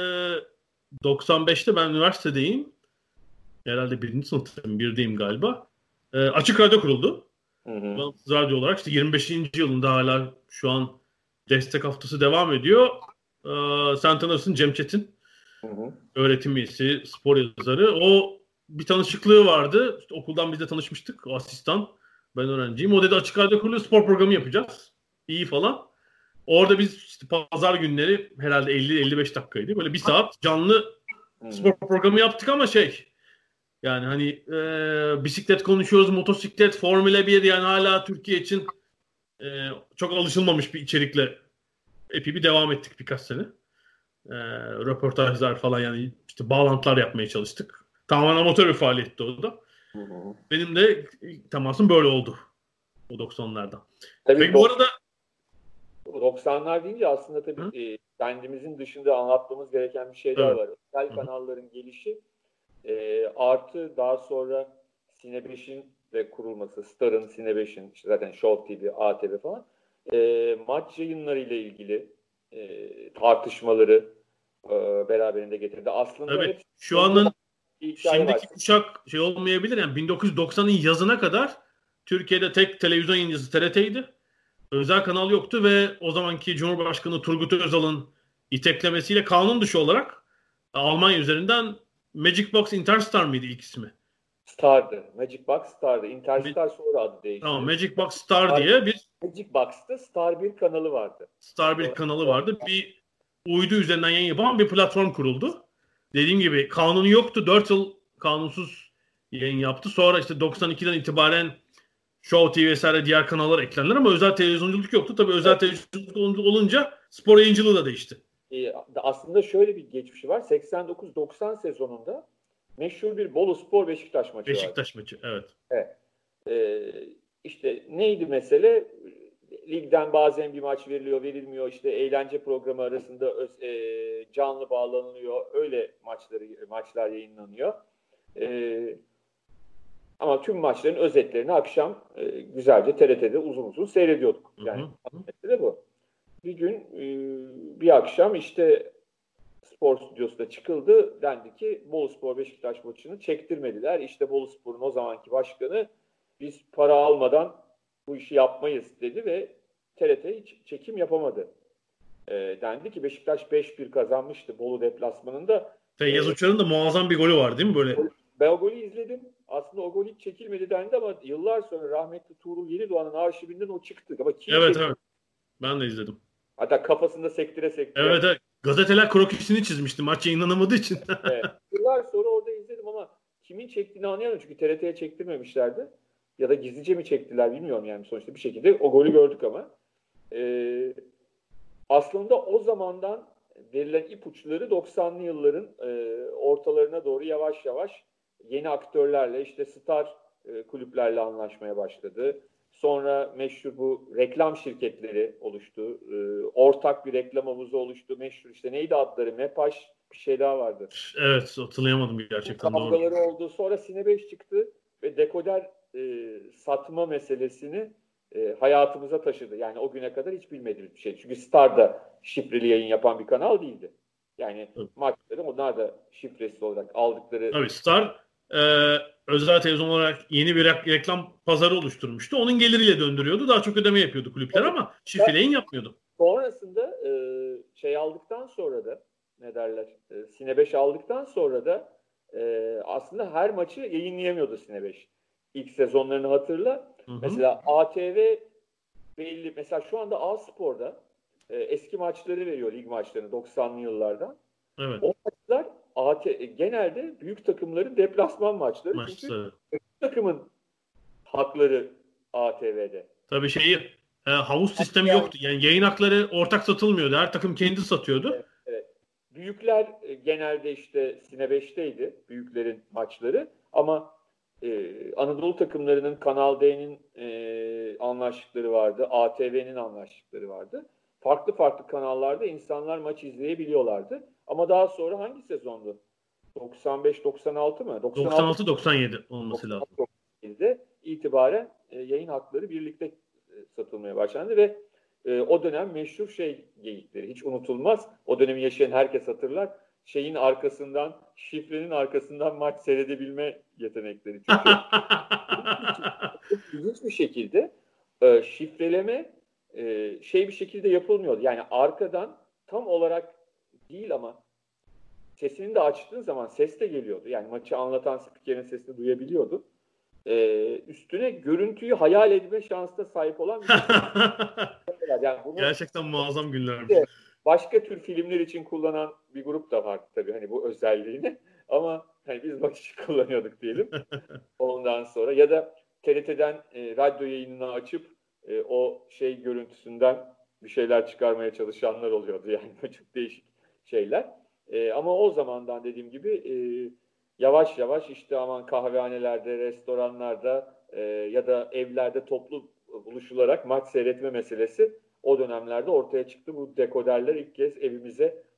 95'te ben üniversitedeyim. Herhalde 1. sınıftayım, 1'deyim galiba. Açık Radyo kuruldu. Bağımsız radyo olarak işte 25. yılında, hala şu an destek haftası devam ediyor. Sen tanırsın, Cem Çetin. Öğretim üyesi, spor yazarı. O bir tanışıklığı vardı. İşte okuldan biz de tanışmıştık. O asistan. Ben öğrenciyim. O dedi açık radyo kuruluyor, spor programı yapacağız. İyi falan. Orada biz işte pazar günleri herhalde 50-55 dakikaydı. Böyle bir saat canlı spor programı yaptık ama yani hani bisiklet konuşuyoruz, motosiklet, Formula 1, yani hala Türkiye için çok alışılmamış bir içerikle epey bir devam ettik birkaç sene. Röportajlar falan, yani işte bağlantılar yapmaya çalıştık. Tamamen amatör bir faaliyetti o da. Benim de temasım böyle oldu o 90'lardan. Peki bu arada 90'lar deyince aslında tabii kendimizin dışında anlatmamız gereken bir şey daha var. Özel kanalların gelişi Artı daha sonra Cine 5'in de kurulması, Star'ın, Cine 5'in, işte zaten Show TV, ATV falan, maç yayınları ile ilgili tartışmaları beraberinde getirdi. Aslında Tabii hep şu anın bir hikaye var. şimdiki kuşak şey olmayabilir. Yani 1990'ın yazına kadar Türkiye'de tek televizyon yayıncısı TRT'ydi. Özel kanal yoktu ve o zamanki Cumhurbaşkanı Turgut Özal'ın iteklemesiyle kanun dışı olarak Almanya üzerinden Magic Box Interstar mıydı ilk ismi? Star'dı. Magic Box Star'dı. Interstar sonra adı Tamam, değişti. Magic Box Star diye bir Magic Box'ta Star 1 kanalı vardı. Star bir Sonra, kanalı vardı. Bir uydu üzerinden yayın yapan bir platform kuruldu. Dediğim gibi kanunu yoktu. 4 yıl kanunsuz yayın yaptı. Sonra işte 92'den itibaren Show TV vesaire diğer kanallar eklendiler ama özel televizyonculuk yoktu. Tabii özel televizyonculuk olunca spor yayıncılığı da değişti. Aslında şöyle bir geçmişi var. 89-90 sezonunda meşhur bir Boluspor Beşiktaş maçı vardı. Beşiktaş maçı, evet. Evet. İşte neydi mesele? Ligden bazen bir maç veriliyor, verilmiyor. İşte eğlence programı arasında canlı bağlanılıyor. Öyle maçlar yayınlanıyor. Ama tüm maçların özetlerini akşam güzelce TRT'de uzun uzun seyrediyorduk. Yani mesele bu. Bir gün bir akşam işte spor stüdyosunda çıkıldı. Dendi ki Boluspor Beşiktaş maçını çektirmediler. İşte Boluspor'un o zamanki başkanı biz para almadan bu işi yapmayız dedi ve TRT hiç çekim yapamadı. Dendi ki Beşiktaş 5-1 kazanmıştı Bolu deplasmanında. Feyyaz Uçar'ın da muazzam bir golü var değil mi böyle? Ben o golü izledim. Aslında o gol hiç çekilmedi dendi ama yıllar sonra rahmetli Tuğrul Yenidoğan'ın arşivinden o çıktı. Ama kim Evet. Ben de izledim. Hatta kafasında sektire. Evet. Gazeteler krokisini çizmişti maç yayınlanamadığı için. Evet. Yıllar sonra orada izledim ama kimin çektiğini anlayamadım. Çünkü TRT'ye çektirmemişlerdi. Ya da gizlice mi çektiler bilmiyorum yani sonuçta bir şekilde o golü gördük ama. Aslında o zamandan verilen ipuçları 90'lı yılların ortalarına doğru yavaş yavaş yeni aktörlerle işte star kulüplerle anlaşmaya başladı. Sonra meşhur bu reklam şirketleri oluştu. Ortak bir reklam havuzu oluştu. Meşhur işte neydi adları? Mepaş bir şey daha vardı. Evet, hatırlayamadım gerçekten. Kavgaları oldu. Sonra Cine 5 çıktı ve dekoder satma meselesini hayatımıza taşıdı. Yani o güne kadar hiç bilmediğimiz bir şey. Çünkü Star da şifreli yayın yapan bir kanal değildi. Yani maçları onlar da şifresiz olarak aldıkları. Tabii Star özel televizyon olarak yeni bir reklam pazarı oluşturmuştu. Onun geliriyle döndürüyordu. Daha çok ödeme yapıyordu kulüpler ama şifreli yayın yapmıyordu. Sonrasında aldıktan sonra da ne derler? Cine 5 aldıktan sonra da aslında her maçı yayınlayamıyordu Cine 5. İlk sezonlarını hatırla. Hı-hı. Mesela ATV belli. Mesela şu anda A-Spor'da eski maçları veriyor, lig maçlarını 90'lı yıllardan. Evet. O maçlar genelde büyük takımların deplasman maçları. Çünkü büyük takımın hakları ATV'de. Tabii havuz sistemi yoktu. Yani yayın hakları ortak satılmıyordu. Her takım kendi satıyordu. Evet. Büyükler genelde işte Cine 5'teydi. Büyüklerin maçları. Ama Anadolu takımlarının Kanal D'nin anlaştıkları vardı. ATV'nin anlaştıkları vardı. Farklı kanallarda insanlar maç izleyebiliyorlardı. Ama daha sonra hangi sezondu? 95-96 mı? 96-97 olması lazım. 97'de itibaren yayın hakları birlikte satılmaya başlandı ve o dönem meşhur geyikleri hiç unutulmaz. O dönemi yaşayan herkes hatırlar. Şifrenin arkasından maç seyredebilme yetenekleri. Çünkü ilginç bir şekilde şifreleme bir şekilde yapılmıyordu. Yani arkadan tam olarak değil ama sesini de açtığın zaman ses de geliyordu. Yani maçı anlatan spikerin sesini duyabiliyordu. Üstüne görüntüyü hayal etme şansına sahip olan bir şey. Yani gerçekten muazzam günlermiş. Başka tür filmler için kullanan bir grup da vardı tabii hani bu özelliğini. Ama hani biz maç için kullanıyorduk diyelim. Ondan sonra ya da TRT'den radyo yayınını açıp o görüntüsünden bir şeyler çıkarmaya çalışanlar oluyordu. Yani çok değişik şeyler. Ama o zamandan dediğim gibi yavaş yavaş işte kahvehanelerde, restoranlarda ya da evlerde toplu buluşularak maç seyretme meselesi o dönemlerde ortaya çıktı. Bu dekoderler ilk kez evimize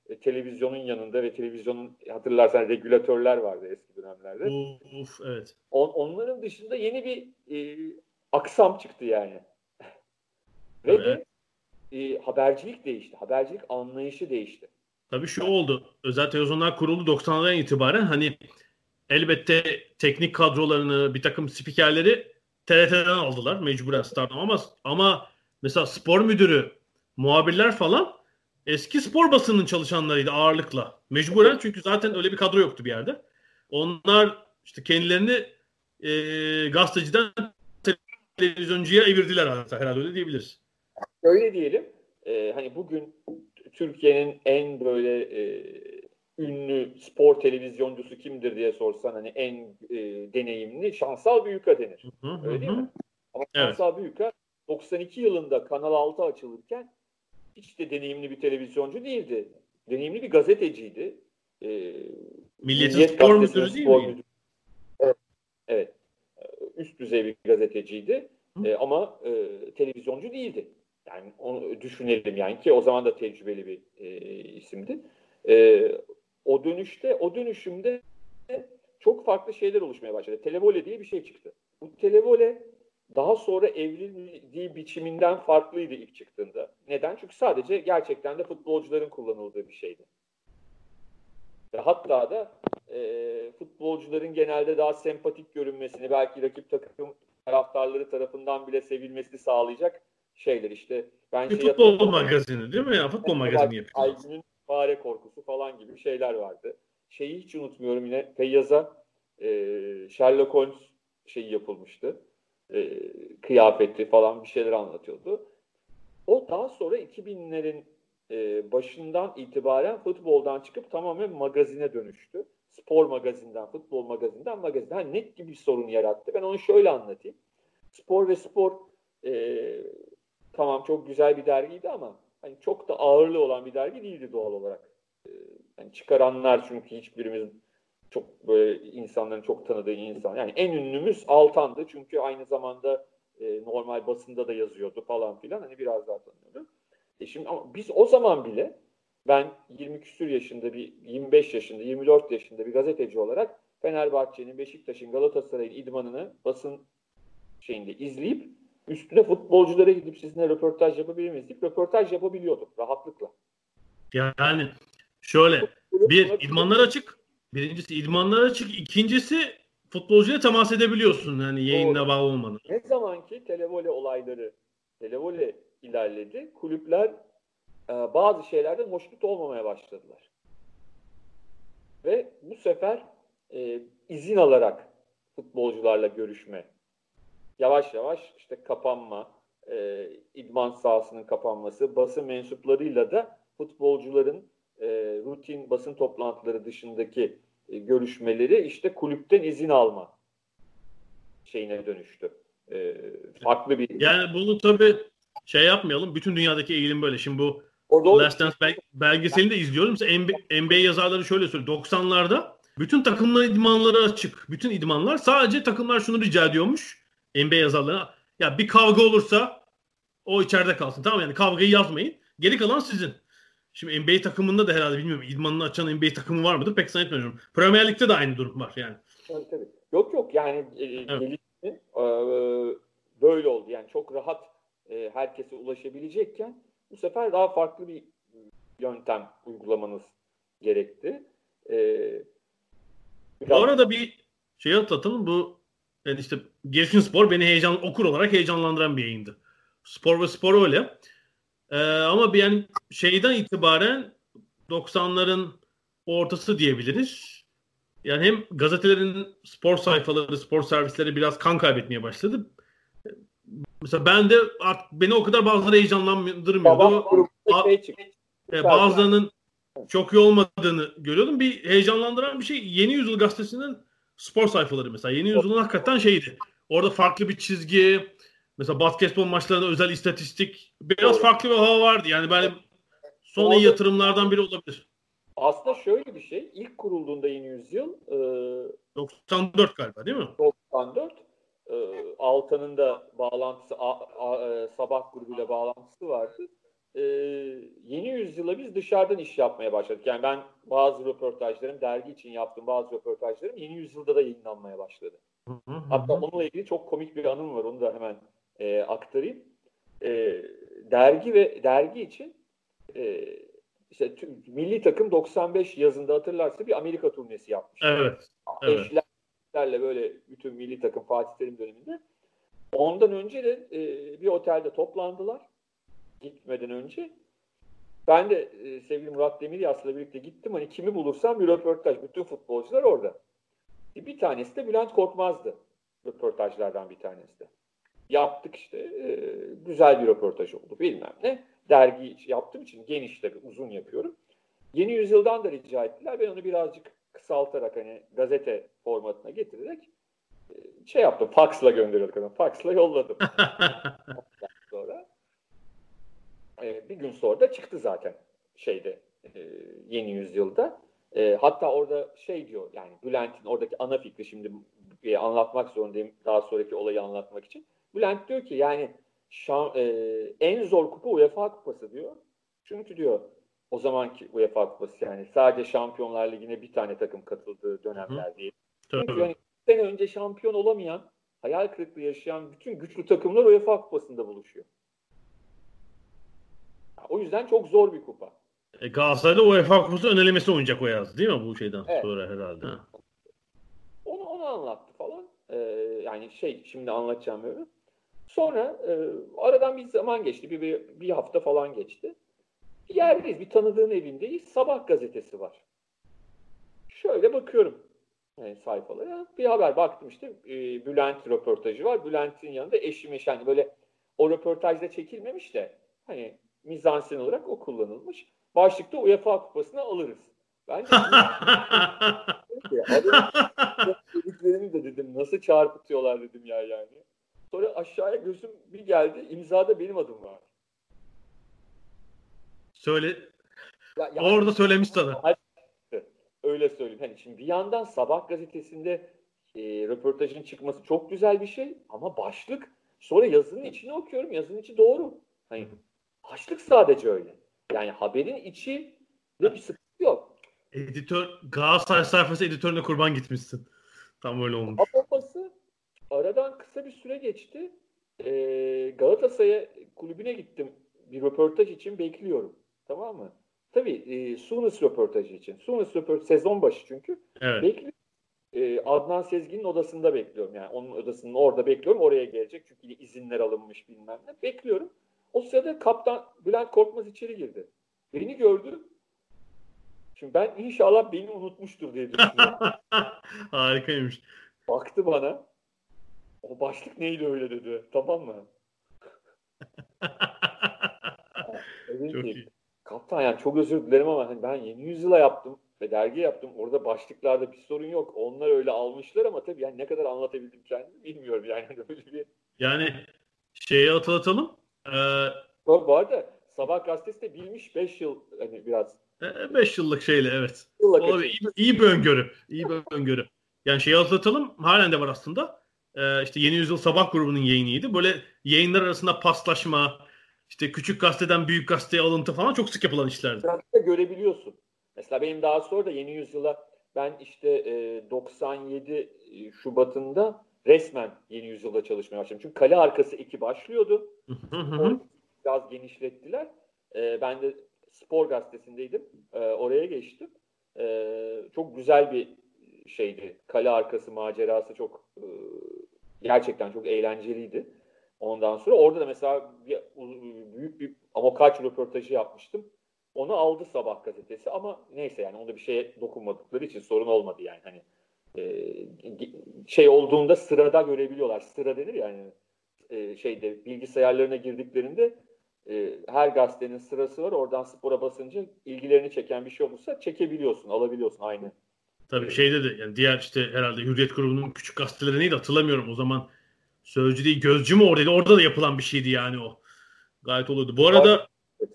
televizyonun yanında ve televizyonun hatırlarsan regülatörler vardı eski dönemlerde. Evet. Onların dışında yeni bir aksam çıktı yani. Ve de habercilik değişti. Habercilik anlayışı değişti. Tabii şu oldu. Özel televizyonlar kuruldu 90'lardan itibaren. Hani elbette teknik kadrolarını, bir takım spikerleri TRT'den aldılar mecburen Star'dan ama mesela spor müdürü, muhabirler falan eski spor basının çalışanlarıydı ağırlıkla. Mecburen çünkü zaten öyle bir kadro yoktu bir yerde. Onlar işte kendilerini gazeteciden televizyoncuya evirdiler hatta herhalde öyle diyebiliriz. Öyle diyelim. Hani bugün Türkiye'nin en böyle ünlü spor televizyoncusu kimdir diye sorsan hani en deneyimli Şansal Büyüka denir. Öyle değil mi? Ama Şansal Büyüka 92 yılında Kanal 6 açılırken hiç de deneyimli bir televizyoncu değildi. Deneyimli bir gazeteciydi. Milliyet spor müdürü değil mi? Evet. Üst düzey bir gazeteciydi. Ama televizyoncu değildi. Yani onu düşünelim yani ki o zaman da tecrübeli bir isimdi. O dönüşümde çok farklı şeyler oluşmaya başladı. Televole diye bir şey çıktı. Bu televole daha sonra evrildiği biçiminden farklıydı ilk çıktığında. Neden? Çünkü sadece gerçekten de futbolcuların kullanıldığı bir şeydi. Hatta da futbolcuların genelde daha sempatik görünmesini, belki rakip takım taraftarları tarafından bile sevilmesini sağlayacak şeyler işte. Ben futbol magazini değil mi ya? Futbol magazini yapıyor. Aygün'ün fare korkusu falan gibi şeyler vardı. Şeyi hiç unutmuyorum yine Feyyaz'a Sherlock Holmes şeyi yapılmıştı. Kıyafeti falan bir şeyler anlatıyordu. O daha sonra 2000'lerin başından itibaren futboldan çıkıp tamamen magazine dönüştü. Spor magazinden, futbol magazinden magazine. Ne gibi bir sorun yarattı? Ben onu şöyle anlatayım. Spor ve Spor tamam çok güzel bir dergiydi ama hani çok da ağırlığı olan bir dergi değildi doğal olarak. Yani çıkaranlar çünkü hiçbirimiz çok böyle insanların çok tanıdığı insan. Yani en ünlümüz Altan'dı çünkü aynı zamanda normal basında da yazıyordu falan filan. Hani biraz daha tanıyordu. Şimdi ama biz o zaman bile ben 20 küsur yaşında 25 yaşında 24 yaşında bir gazeteci olarak Fenerbahçe'nin, Beşiktaş'ın, Galatasaray'ın idmanını basın şeyinde izleyip üstüne futbolculara gidip sizinle röportaj yapabilir miyiz deyip röportaj yapabiliyorduk rahatlıkla. Yani şöyle idmanlar açık. Birincisi idmanlar açık. İkincisi futbolcuya temas edebiliyorsun yani yayınla bağlı olmadan. Ne zaman ki televole ilerledi, kulüpler bazı şeylerden hoşnut olmamaya başladılar. Ve bu sefer izin alarak futbolcularla görüşme, yavaş yavaş işte kapanma, idman sahasının kapanması, basın mensuplarıyla da futbolcuların rutin basın toplantıları dışındaki görüşmeleri işte kulüpten izin alma şeyine dönüştü. Farklı bir... Yani bunu tabii yapmayalım. Bütün dünyadaki eğilim böyle. Şimdi bu Last Dance belgeselini de izliyorum. Mesela NBA yazarları şöyle söylüyor. 90'larda bütün takımların idmanları açık. Bütün idmanlar. Sadece takımlar şunu rica ediyormuş. NBA yazarlarına. Ya bir kavga olursa o içeride kalsın. Tamam yani kavgayı yazmayın. Geri kalan sizin. Şimdi NBA takımında da herhalde bilmiyorum. İdmanını açan NBA takımı var mıdır? Pek zannetmiyorum. Premier Lig'de de aynı durum var yani. Tabii. Yok yani gelişimi böyle oldu. Yani çok rahat herkese ulaşabilecekken bu sefer daha farklı bir yöntem uygulamanız gerekti. Bu arada bir şey atlatalım. Bu yani işte Gelişim Spor beni okur olarak heyecanlandıran bir yayındı. Spor ve Spor öyle. Ama bir yani şeyden itibaren 90'ların ortası diyebiliriz. Yani hem gazetelerin spor sayfaları, spor servisleri biraz kan kaybetmeye başladı. Mesela ben de beni o kadar bazıları heyecanlandırmıyordu. Bazılarının çok iyi olmadığını görüyordum. Bir heyecanlandıran bir şey Yeni Yüzyıl Gazetesi'nin spor sayfaları mesela. Yeni Yüzyıl'ın hakikaten şeydi. Orada farklı bir çizgi, mesela basketbol maçlarında özel istatistik biraz farklı bir hava vardı. Yani ben son iyi yatırımlardan biri olabilir. Aslında şöyle bir şey. İlk kurulduğunda Yeni Yüzyıl 94 galiba değil mi? 94. Altan'ın da bağlantısı Sabah grubuyla bağlantısı vardı. yeni yüzyıla biz dışarıdan iş yapmaya başladık. Yani ben bazı röportajlarım, dergi için yaptığım bazı röportajlarım yeni yüzyılda da yayınlanmaya başladı. Hatta onunla ilgili çok komik bir anım var. Onu da hemen aktarayım. Dergi için işte milli takım 95 yazında hatırlarsa bir Amerika turnesi yapmış. Evet. Eşlerle böyle bütün milli takım Fatih Terim döneminde. Ondan önce de bir otelde toplandılar. Gitmeden önce. Ben de sevgili Murat Demiryas'la birlikte gittim. Hani kimi bulursam bir röportaj. Bütün futbolcular orada. Bir tanesi de Bülent Korkmaz'dı. Röportajlardan bir tanesi de. Yaptık işte. Güzel bir röportaj oldu. Bilmem ne. Dergi yaptığım için geniş tabii uzun yapıyorum. Yeni Yüzyıl'dan da rica ettiler. Ben onu birazcık kısaltarak hani gazete formatına getirerek yaptım. Fax'la gönderiyorduk onu. Fax'la yolladım. Sonra bir gün sonra da çıktı zaten Yeni Yüzyıl'da. Hatta orada diyor yani Bülent'in oradaki ana fikri şimdi anlatmak zorundayım daha sonraki olayı anlatmak için. Bülent diyor ki yani en zor kupa UEFA kupası diyor. Çünkü diyor o zamanki UEFA kupası yani sadece Şampiyonlar Ligi'ne bir tane takım katıldığı dönemler değil. Çünkü yani 2 sene önce şampiyon olamayan, hayal kırıklığı yaşayan bütün güçlü takımlar UEFA kupasında buluşuyor. O yüzden çok zor bir kupa. Galatasaray'da UEFA Kupası ön elemesi oynayacak o yaz değil mi bu şeyden sonra herhalde? Onu anlattı falan. Yani şimdi anlatacağım böyle. Sonra aradan bir zaman geçti. Bir hafta falan geçti. Bir yerdeyiz. Bir tanıdığın evindeyiz. Sabah gazetesi var. Şöyle bakıyorum sayfalara. Bir haber baktım işte. Bülent röportajı var. Bülent'in yanında eşi yani böyle o röportajda çekilmemiş de hani mizansen olarak o kullanılmış. Başlıkta UEFA kupasını alırız. Ben de dediklerini de dedim. Nasıl çarpıtıyorlar dedim ya yani. Sonra aşağıya gözüm bir geldi. İmzada benim adım var. Söyle. Yani, orada söylemiş sana. Öyle söyleyeyim. Hani şimdi bir yandan Sabah gazetesinde röportajın çıkması çok güzel bir şey. Ama başlık sonra yazının içini okuyorum. Yazının içi doğru. Hani başlık sadece öyle. Yani haberin içi de bir sıkıntı yok. Galatasaray sayfası editörüne kurban gitmişsin. Tam öyle olmuş. Babası aradan kısa bir süre geçti. Galatasaray kulübüne gittim. Bir röportaj için bekliyorum. Tamam mı? Tabii Sunus röportajı için. Sunus röportajı sezon başı çünkü. Evet. Bekliyorum. Adnan Sezgin'in odasında bekliyorum. Yani onun odasının orada bekliyorum. Oraya gelecek. Çünkü izinler alınmış bilmem ne. Bekliyorum. O sırada kaptan Bülent Korkmaz içeri girdi. Beni gördü. Şimdi ben inşallah beni unutmuştur diye düşünüyorum. Harikaymış. Baktı bana. O başlık neydi öyle dedi. Tamam mı? Çok iyi. Kaptan yani çok özür dilerim ama hani ben Yeni Yüzyıl'a yaptım ve dergi yaptım. Orada başlıklarda bir sorun yok. Onlar öyle almışlar ama tabii yani ne kadar anlatabildim kendimi bilmiyorum yani. Öyle bir... Yani hatırlatalım. Bu arada Sabah gazetesi de bilmiş 5 yıl hani biraz. 5 yıllık evet. İyi bir öngörü. İyi bir öngörü. Yani hatırlatalım. Halen de var aslında. İşte Yeni Yüzyıl Sabah grubunun yayınıydı. Böyle yayınlar arasında paslaşma, işte küçük gazeteden büyük gazeteye alıntı falan çok sık yapılan işlerdi. Görebiliyorsun. Mesela benim daha sonra da Yeni Yüzyıl'a ben işte 97 Şubat'ında resmen Yeni Yüzyıl'da çalışmaya başladım. Çünkü kale arkası 2 başlıyordu. Biraz genişlettiler. Ben de Spor Gazetesi'ndeydim. Oraya geçtim. Çok güzel bir şeydi. Kale arkası macerası çok gerçekten çok eğlenceliydi. Ondan sonra orada da mesela büyük bir Amokaç röportajı yapmıştım. Onu aldı Sabah gazetesi ama neyse yani onda bir şeye dokunmadıkları için sorun olmadı yani. Hani olduğunda sırada görebiliyorlar. Sıra denir yani bilgisayarlarına girdiklerinde her gazetenin sırası var. Oradan Spora basınca ilgilerini çeken bir şey olursa çekebiliyorsun, alabiliyorsun aynı. Tabii de yani diğer işte herhalde Hürriyet grubunun küçük gazeteleri neydi hatırlamıyorum. O zaman Sözcü değil Gözcü mü oradaydı? Orada da yapılan bir şeydi yani o. Gayet oluyordu. Bu arada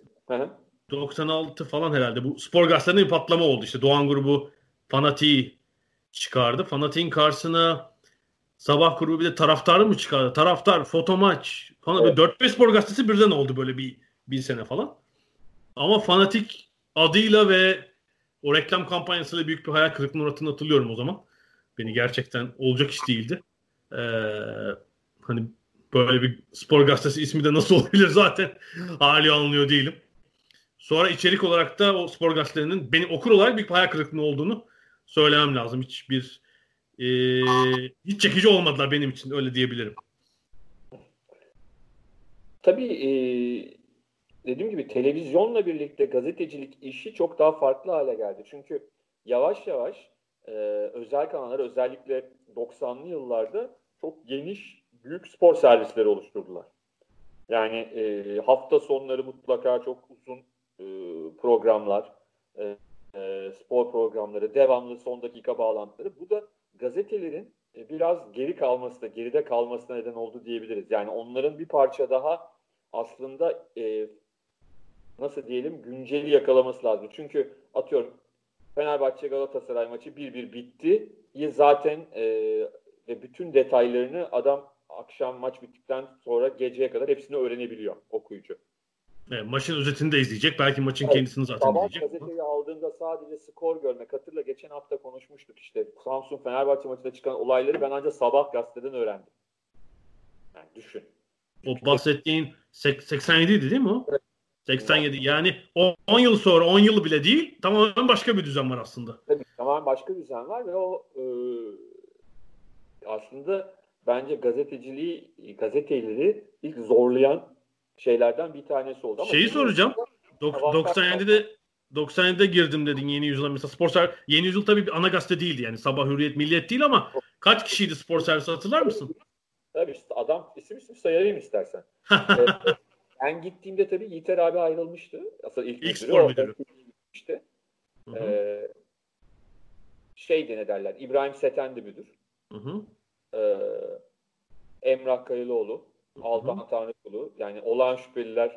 96 falan herhalde bu Spor Gazetelerinde bir patlama oldu. İşte Doğan grubu Fanatik'i çıkardı. Fanatik'in karşısına Sabah grubu bir de Taraftar'ı mı çıkardı? Taraftar, Fotomaç falan. Evet. 4-5 Spor Gazetesi birden oldu böyle bir sene falan. Ama Fanatik adıyla ve o reklam kampanyasıyla büyük bir hayal kırıklığına uğrattığını hatırlıyorum o zaman. Beni gerçekten olacak iş değildi. Ee, hani böyle bir spor gazetesi ismi de nasıl olabilir zaten hali anlıyor değilim. Sonra içerik olarak da o spor gazetelerinin benim okur olarak büyük bir hayal kırıklığı olduğunu söylemem lazım. Hiç çekici olmadılar benim için, öyle diyebilirim. Tabii dediğim gibi televizyonla birlikte gazetecilik işi çok daha farklı hale geldi. Çünkü yavaş yavaş özel kanallar özellikle 90'lı yıllarda çok geniş büyük spor servisleri oluşturdular. Yani hafta sonları mutlaka çok uzun programlar, spor programları, devamlı son dakika bağlantıları. Bu da gazetelerin biraz geride kalmasına neden oldu diyebiliriz. Yani onların bir parça daha aslında nasıl diyelim günceli yakalaması lazım. Çünkü atıyorum Fenerbahçe Galatasaray maçı 1-1 bitti. Zaten ve bütün detaylarını adam akşam maç bittikten sonra geceye kadar hepsini öğrenebiliyor okuyucu. Evet, maçın özetini de izleyecek. Belki maçın Evet, kendisini zaten sabah izleyecek. gazeteyi aldığında sadece skor görmek. Hatırla geçen hafta konuşmuştuk işte Samsun Fenerbahçe maçında çıkan olayları ben ancak sabah gazeteden öğrendim. Yani düşün. O bahsettiğin 87'ydi değil mi o? Evet. 87. Yani 10 yıl sonra, 10 yıl bile değil, tamamen başka bir düzen var aslında. Tabii tamamen başka bir düzen var ve o aslında bence gazeteleri ilk zorlayan şeylerden bir tanesi oldu. Ama Şeyi soracağım. 97'de girdim dedin Yeni Yüzyıl'a. Mesela Yeni Yüzyıl tabii bir ana gazete değildi yani. Sabah, Hürriyet, Milliyet değil ama kaç kişiydi spor servisi, hatırlar mısın? Tabii işte adam isim sayarım istersen. Ben gittiğimde tabii Yiğiter abi ayrılmıştı. Aslında ilk spor müdürü. İşte. Ne derler, İbrahim Seten'di müdür. Hı hı. Emrah Kayılıoğlu, Altan Tanrıkulu, yani olağan şüpheliler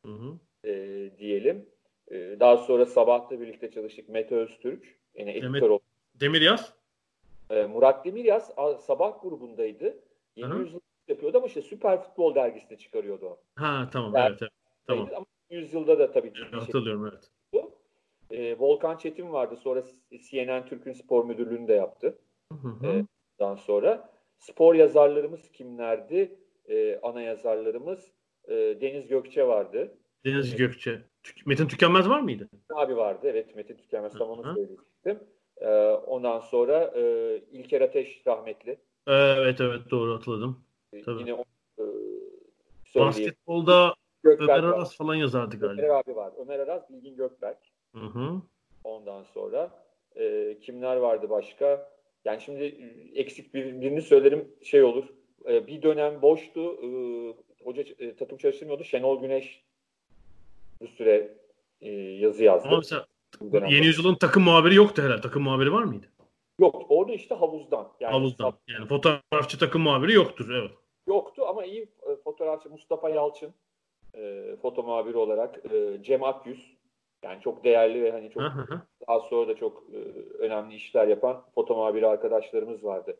diyelim. Daha sonra Sabah'ta birlikte çalıştık. Mete Öztürk, yine editör oldu. Demiryaz? Murat Demiryaz Sabah grubundaydı. Yeni Yüzyıl yapıyordu ama işte Süper Futbol dergisini çıkarıyordu o. Ha tamam, evet. Tamam. Ama Yüzyıl'da da tabii hatırlıyorum, evet. Volkan Çetin vardı. Sonra CNN Türk'ün spor müdürlüğünü de yaptı. Daha sonra spor yazarlarımız kimlerdi? Ana yazarlarımız Deniz Gökçe vardı. Deniz Gökçe. Metin Tükenmez var mıydı? Abi vardı. Evet, Metin Tükenmez, tam onu söyleyecektim. Ondan sonra İlker Ateş rahmetli. Evet doğru hatırladım. Tabii. Yine onu söyleyeyim. Basketbolda Ömer Aras falan yazardı galiba. Ömer abi var. Ömer Aras, Bilgin Gökberk. Ondan sonra kimler vardı başka? Yani şimdi eksik birini söylerim olur. Bir dönem boştu. Hoca takım çalıştırmıyordu. Şenol Güneş bir süre yazı yazdı. Ama mesela Yeni Yüzyıl'ın takım muhabiri yoktu herhalde. Takım muhabiri var mıydı? Yok. Orada işte havuzdan. Havuzdan. Yani fotoğrafçı takım muhabiri yoktur. Evet. Yoktu ama iyi fotoğrafçı Mustafa Yalçın foto muhabiri olarak Cem Akyüz, yani çok değerli ve hani çok daha sonra da çok önemli işler yapan foto muhabiri arkadaşlarımız vardı.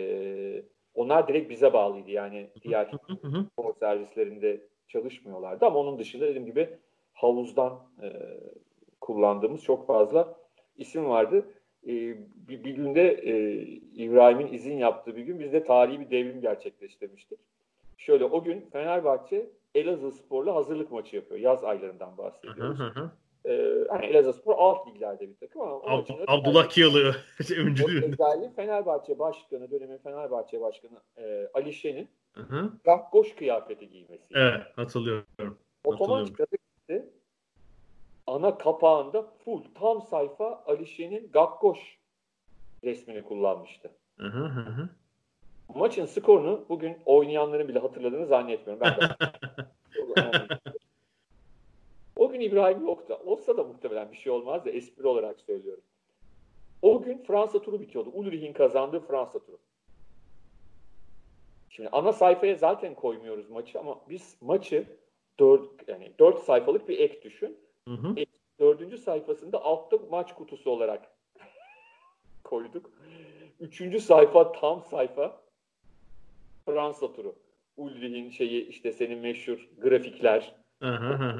Onlar direkt bize bağlıydı. Yani diğer spor servislerinde çalışmıyorlardı ama onun dışında dediğim gibi havuzdan kullandığımız çok fazla isim vardı. Bir günde İbrahim'in izin yaptığı bir gün biz de tarihi bir devrim gerçekleştirmiştik. Şöyle, o gün Fenerbahçe Elazığspor'la hazırlık maçı yapıyor. Yaz aylarından bahsediyoruz. Hani Elazığspor alt liglerde bir takım ama Abdullah Kiyalı öncülüğünde. Özelliği Fenerbahçe Başkanı, dönemin Fenerbahçe Başkanı Ali Şen'in gakkoş kıyafeti giymesi. Evet, hatırlıyorum. Otomatik gazetesi ana kapağında full tam sayfa Ali Şen'in gakkoş resmini kullanmıştı. Maçın skorunu bugün oynayanların bile hatırladığını zannetmiyorum. Ben de. O gün İbrahim yoktu. Olsa da muhtemelen bir şey olmaz da espri olarak söylüyorum. O gün Fransa turu bitiyordu. Ulrich'in kazandığı Fransa turu. Şimdi ana sayfaya zaten koymuyoruz maçı ama biz maçı 4 sayfalık bir ek düşün. 4. sayfasında altta maç kutusu olarak koyduk. 3. sayfa tam sayfa Fransa turu. Ulrich'in işte senin meşhur grafikler.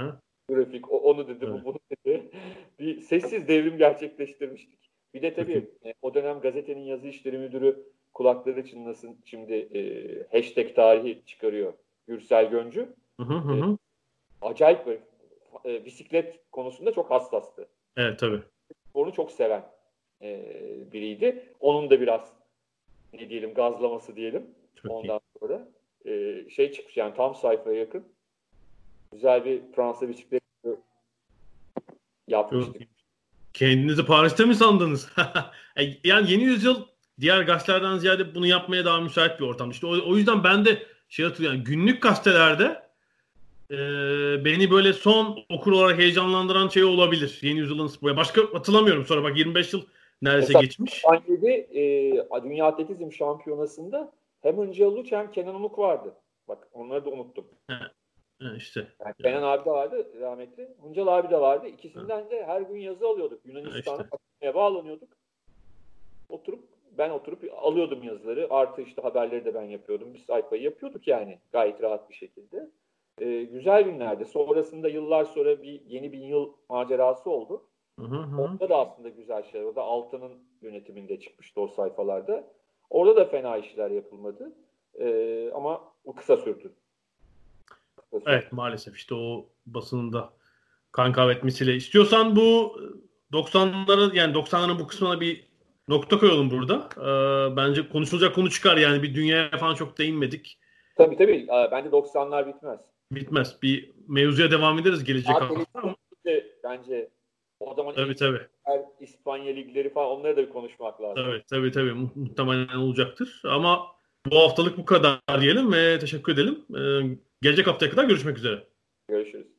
grafik, onu dedi, Evet. bu bunu dedi. Bir sessiz devrim gerçekleştirmiştik. Bir de tabii o dönem gazetenin yazı işleri müdürü, kulakları çınlasın, şimdi hashtag tarihi çıkarıyor, Gürsel Göncü. Acayip böyle bisiklet konusunda çok hassastı. Evet tabii. Onu çok seven biriydi. Onun da biraz ne diyelim, gazlaması diyelim. Çok ondan sonra şey çıkmış, yani tam sayfaya yakın. Güzel bir Fransa bisiklet yapmıştık. Kendinizi Paris'te mi sandınız? Yani yeni yüzyıl diğer gazetelerden ziyade bunu yapmaya daha müsait bir ortam. İşte o yüzden ben de hatırlıyorum. Yani günlük gazetelerde beni böyle son okur olarak heyecanlandıran şey olabilir. Yeni yüzyılın sporu. Başka hatırlamıyorum sonra. Bak 25 yıl neredeyse mesela geçmiş. Dünya Atletizm Şampiyonası'nda hem Hıncal Uluç hem Kenan Onuk vardı. Bak onları da unuttum. İşte. Yani Kenan abi de vardı rahmetli. Hıncal abi de vardı. İkisinden de her gün yazı alıyorduk. Yunanistan'a bağlanıyorduk. Ben oturup alıyordum yazıları. Artı işte haberleri de ben yapıyordum. Bir sayfayı yapıyorduk yani gayet rahat bir şekilde. Güzel günlerdi. Sonrasında yıllar sonra yeni bir yıl macerası oldu. Orada da aslında güzel şeyler. O da Altan'ın yönetiminde çıkmıştı o sayfalarda. Orada da fena işler yapılmadı. Ama o kısa sürdü. Evet maalesef işte o basında kan kahvetmesiyle. İstiyorsan bu 90'ların bu kısmına bir nokta koyalım burada. Bence konuşulacak konu çıkar yani, bir dünyaya falan çok değinmedik. Tabii. Bence 90'lar bitmez. Bitmez. Bir mevzuya devam ederiz gelecek hafta. Bence o zaman tabii. İspanya ligleri falan, onları da bir konuşmak lazım. Tabii. Muhtemelen olacaktır. Ama bu haftalık bu kadar diyelim ve teşekkür edelim. Gelecek haftaya kadar görüşmek üzere. Görüşürüz.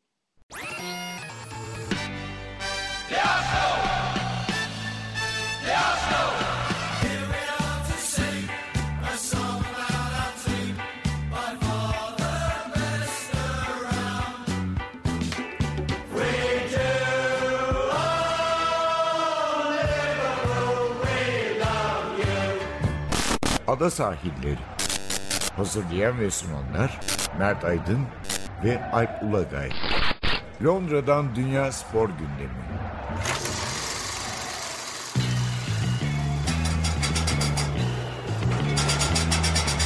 Ada Sahilleri. Hazırlayan ve sunanlar Mert Aydın ve Alp Ulagay. Londra'dan Dünya Spor Gündemi.